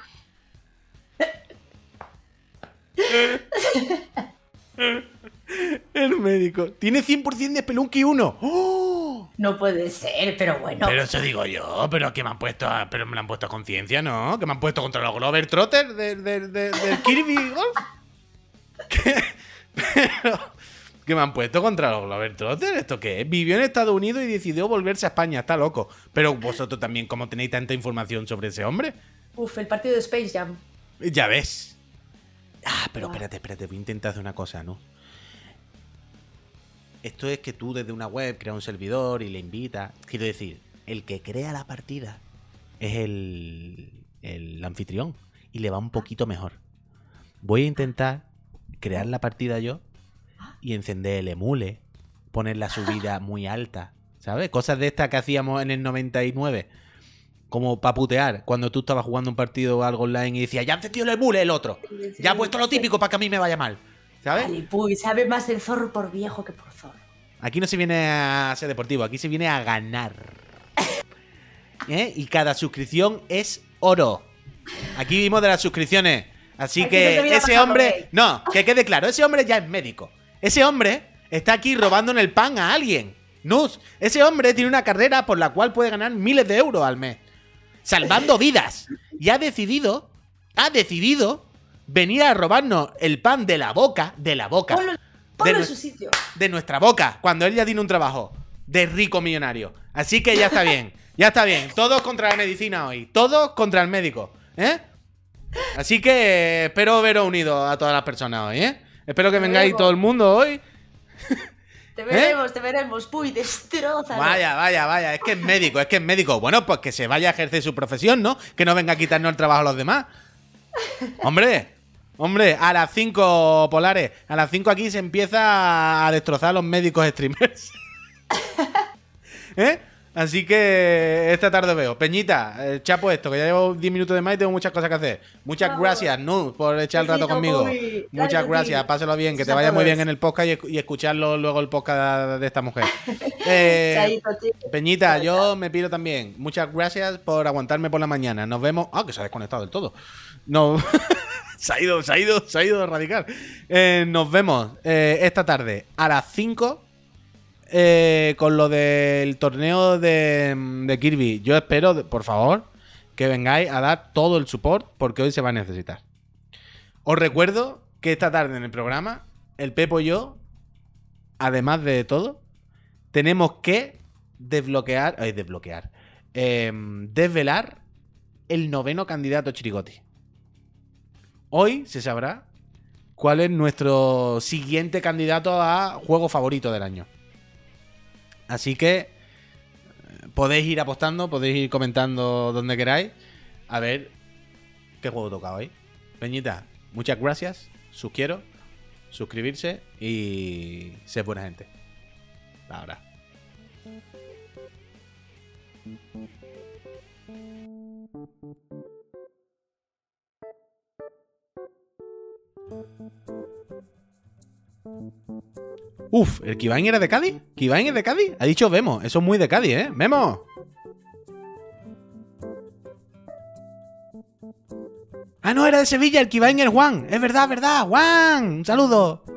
El médico. Tiene 100% de Spelunky 1. ¡Oh! No puede ser, pero bueno. Pero eso digo yo. Pero que me han puesto pero me lo han puesto a conciencia, ¿no? Que me han puesto contra los Glover Trotter del Kirby Golf. Que me han puesto contra los Glover Trotter. ¿Esto qué es? Vivió en Estados Unidos y decidió volverse a España. Está loco. Pero vosotros también, ¿cómo tenéis tanta información sobre ese hombre? El partido de Space Jam. Ya ves. Pero espérate. Voy a intentar hacer una cosa, ¿no? Esto es que tú desde una web creas un servidor y le invitas. Quiero decir, el que crea la partida es el anfitrión. Y le va un poquito mejor. Voy a intentar crear la partida yo y encender el emule, poner la subida muy alta, ¿sabes? Cosas de estas que hacíamos en el 99, como para putear, cuando tú estabas jugando un partido o algo online y decías, ya ha encendido el emule el otro, ya ha puesto lo típico para que a mí me vaya mal, ¿sabes? Vale, pues sabe más el zorro por viejo que por zorro. Aquí no se viene a ser deportivo, aquí se viene a ganar. Y cada suscripción es oro. Aquí vimos de las suscripciones. Así que ese hombre... No, que quede claro, ese hombre ya es médico. Ese hombre está aquí robando en el pan a alguien. Nus, ese hombre tiene una carrera por la cual puede ganar miles de euros al mes. Salvando vidas. Y ha decidido venir a robarnos el pan de la boca. Ponlo en su sitio. De nuestra boca, cuando él ya tiene un trabajo de rico millonario. Así que ya está bien. Ya está bien. Todos contra la medicina hoy. Todos contra el médico. Así que espero veros unidos a todas las personas hoy, Espero que vengáis todo el mundo hoy. Te veremos. Puy, destrózalo. Vaya, es que es médico. Bueno, pues que se vaya a ejercer su profesión, ¿no? Que no venga a quitarnos el trabajo a los demás. Hombre, a las 5, Polares, a las 5 aquí se empieza a destrozar a los médicos streamers. ¿Eh? Así que esta tarde veo. Peñita, chapo esto, que ya llevo 10 minutos de más y tengo muchas cosas que hacer. Muchas gracias, Nu, por echar el rato conmigo. Muchas gracias, pásalo bien, que te vaya muy bien en el podcast y escucharlo luego el podcast de esta mujer. Peñita, yo me pido también. Muchas gracias por aguantarme por la mañana. Nos vemos. Ah, que se ha desconectado del todo. No. Se ha ido radical. Nos vemos esta tarde a las 5. Con lo del torneo de Kirby. Yo espero, por favor, que vengáis a dar todo el support porque hoy se va a necesitar. Os recuerdo que esta tarde en el programa, el Pepo y yo, además de todo, tenemos que desvelar el 9º candidato Chirigoti. Hoy se sabrá cuál es nuestro siguiente candidato a juego favorito del año. Así que podéis ir apostando, podéis ir comentando donde queráis. A ver qué juego toca hoy. Peñita, muchas gracias. Quiero suscribirse y ser buena gente. Ahora. Uf, ¿el Kivain era de Cádiz? ¿Kivain es de Cádiz? Ha dicho Vemo, eso es muy de Cádiz, ¿eh? ¡Vemo! Ah, no, era de Sevilla, el Kivain es Juan. Es verdad, Juan. Un saludo.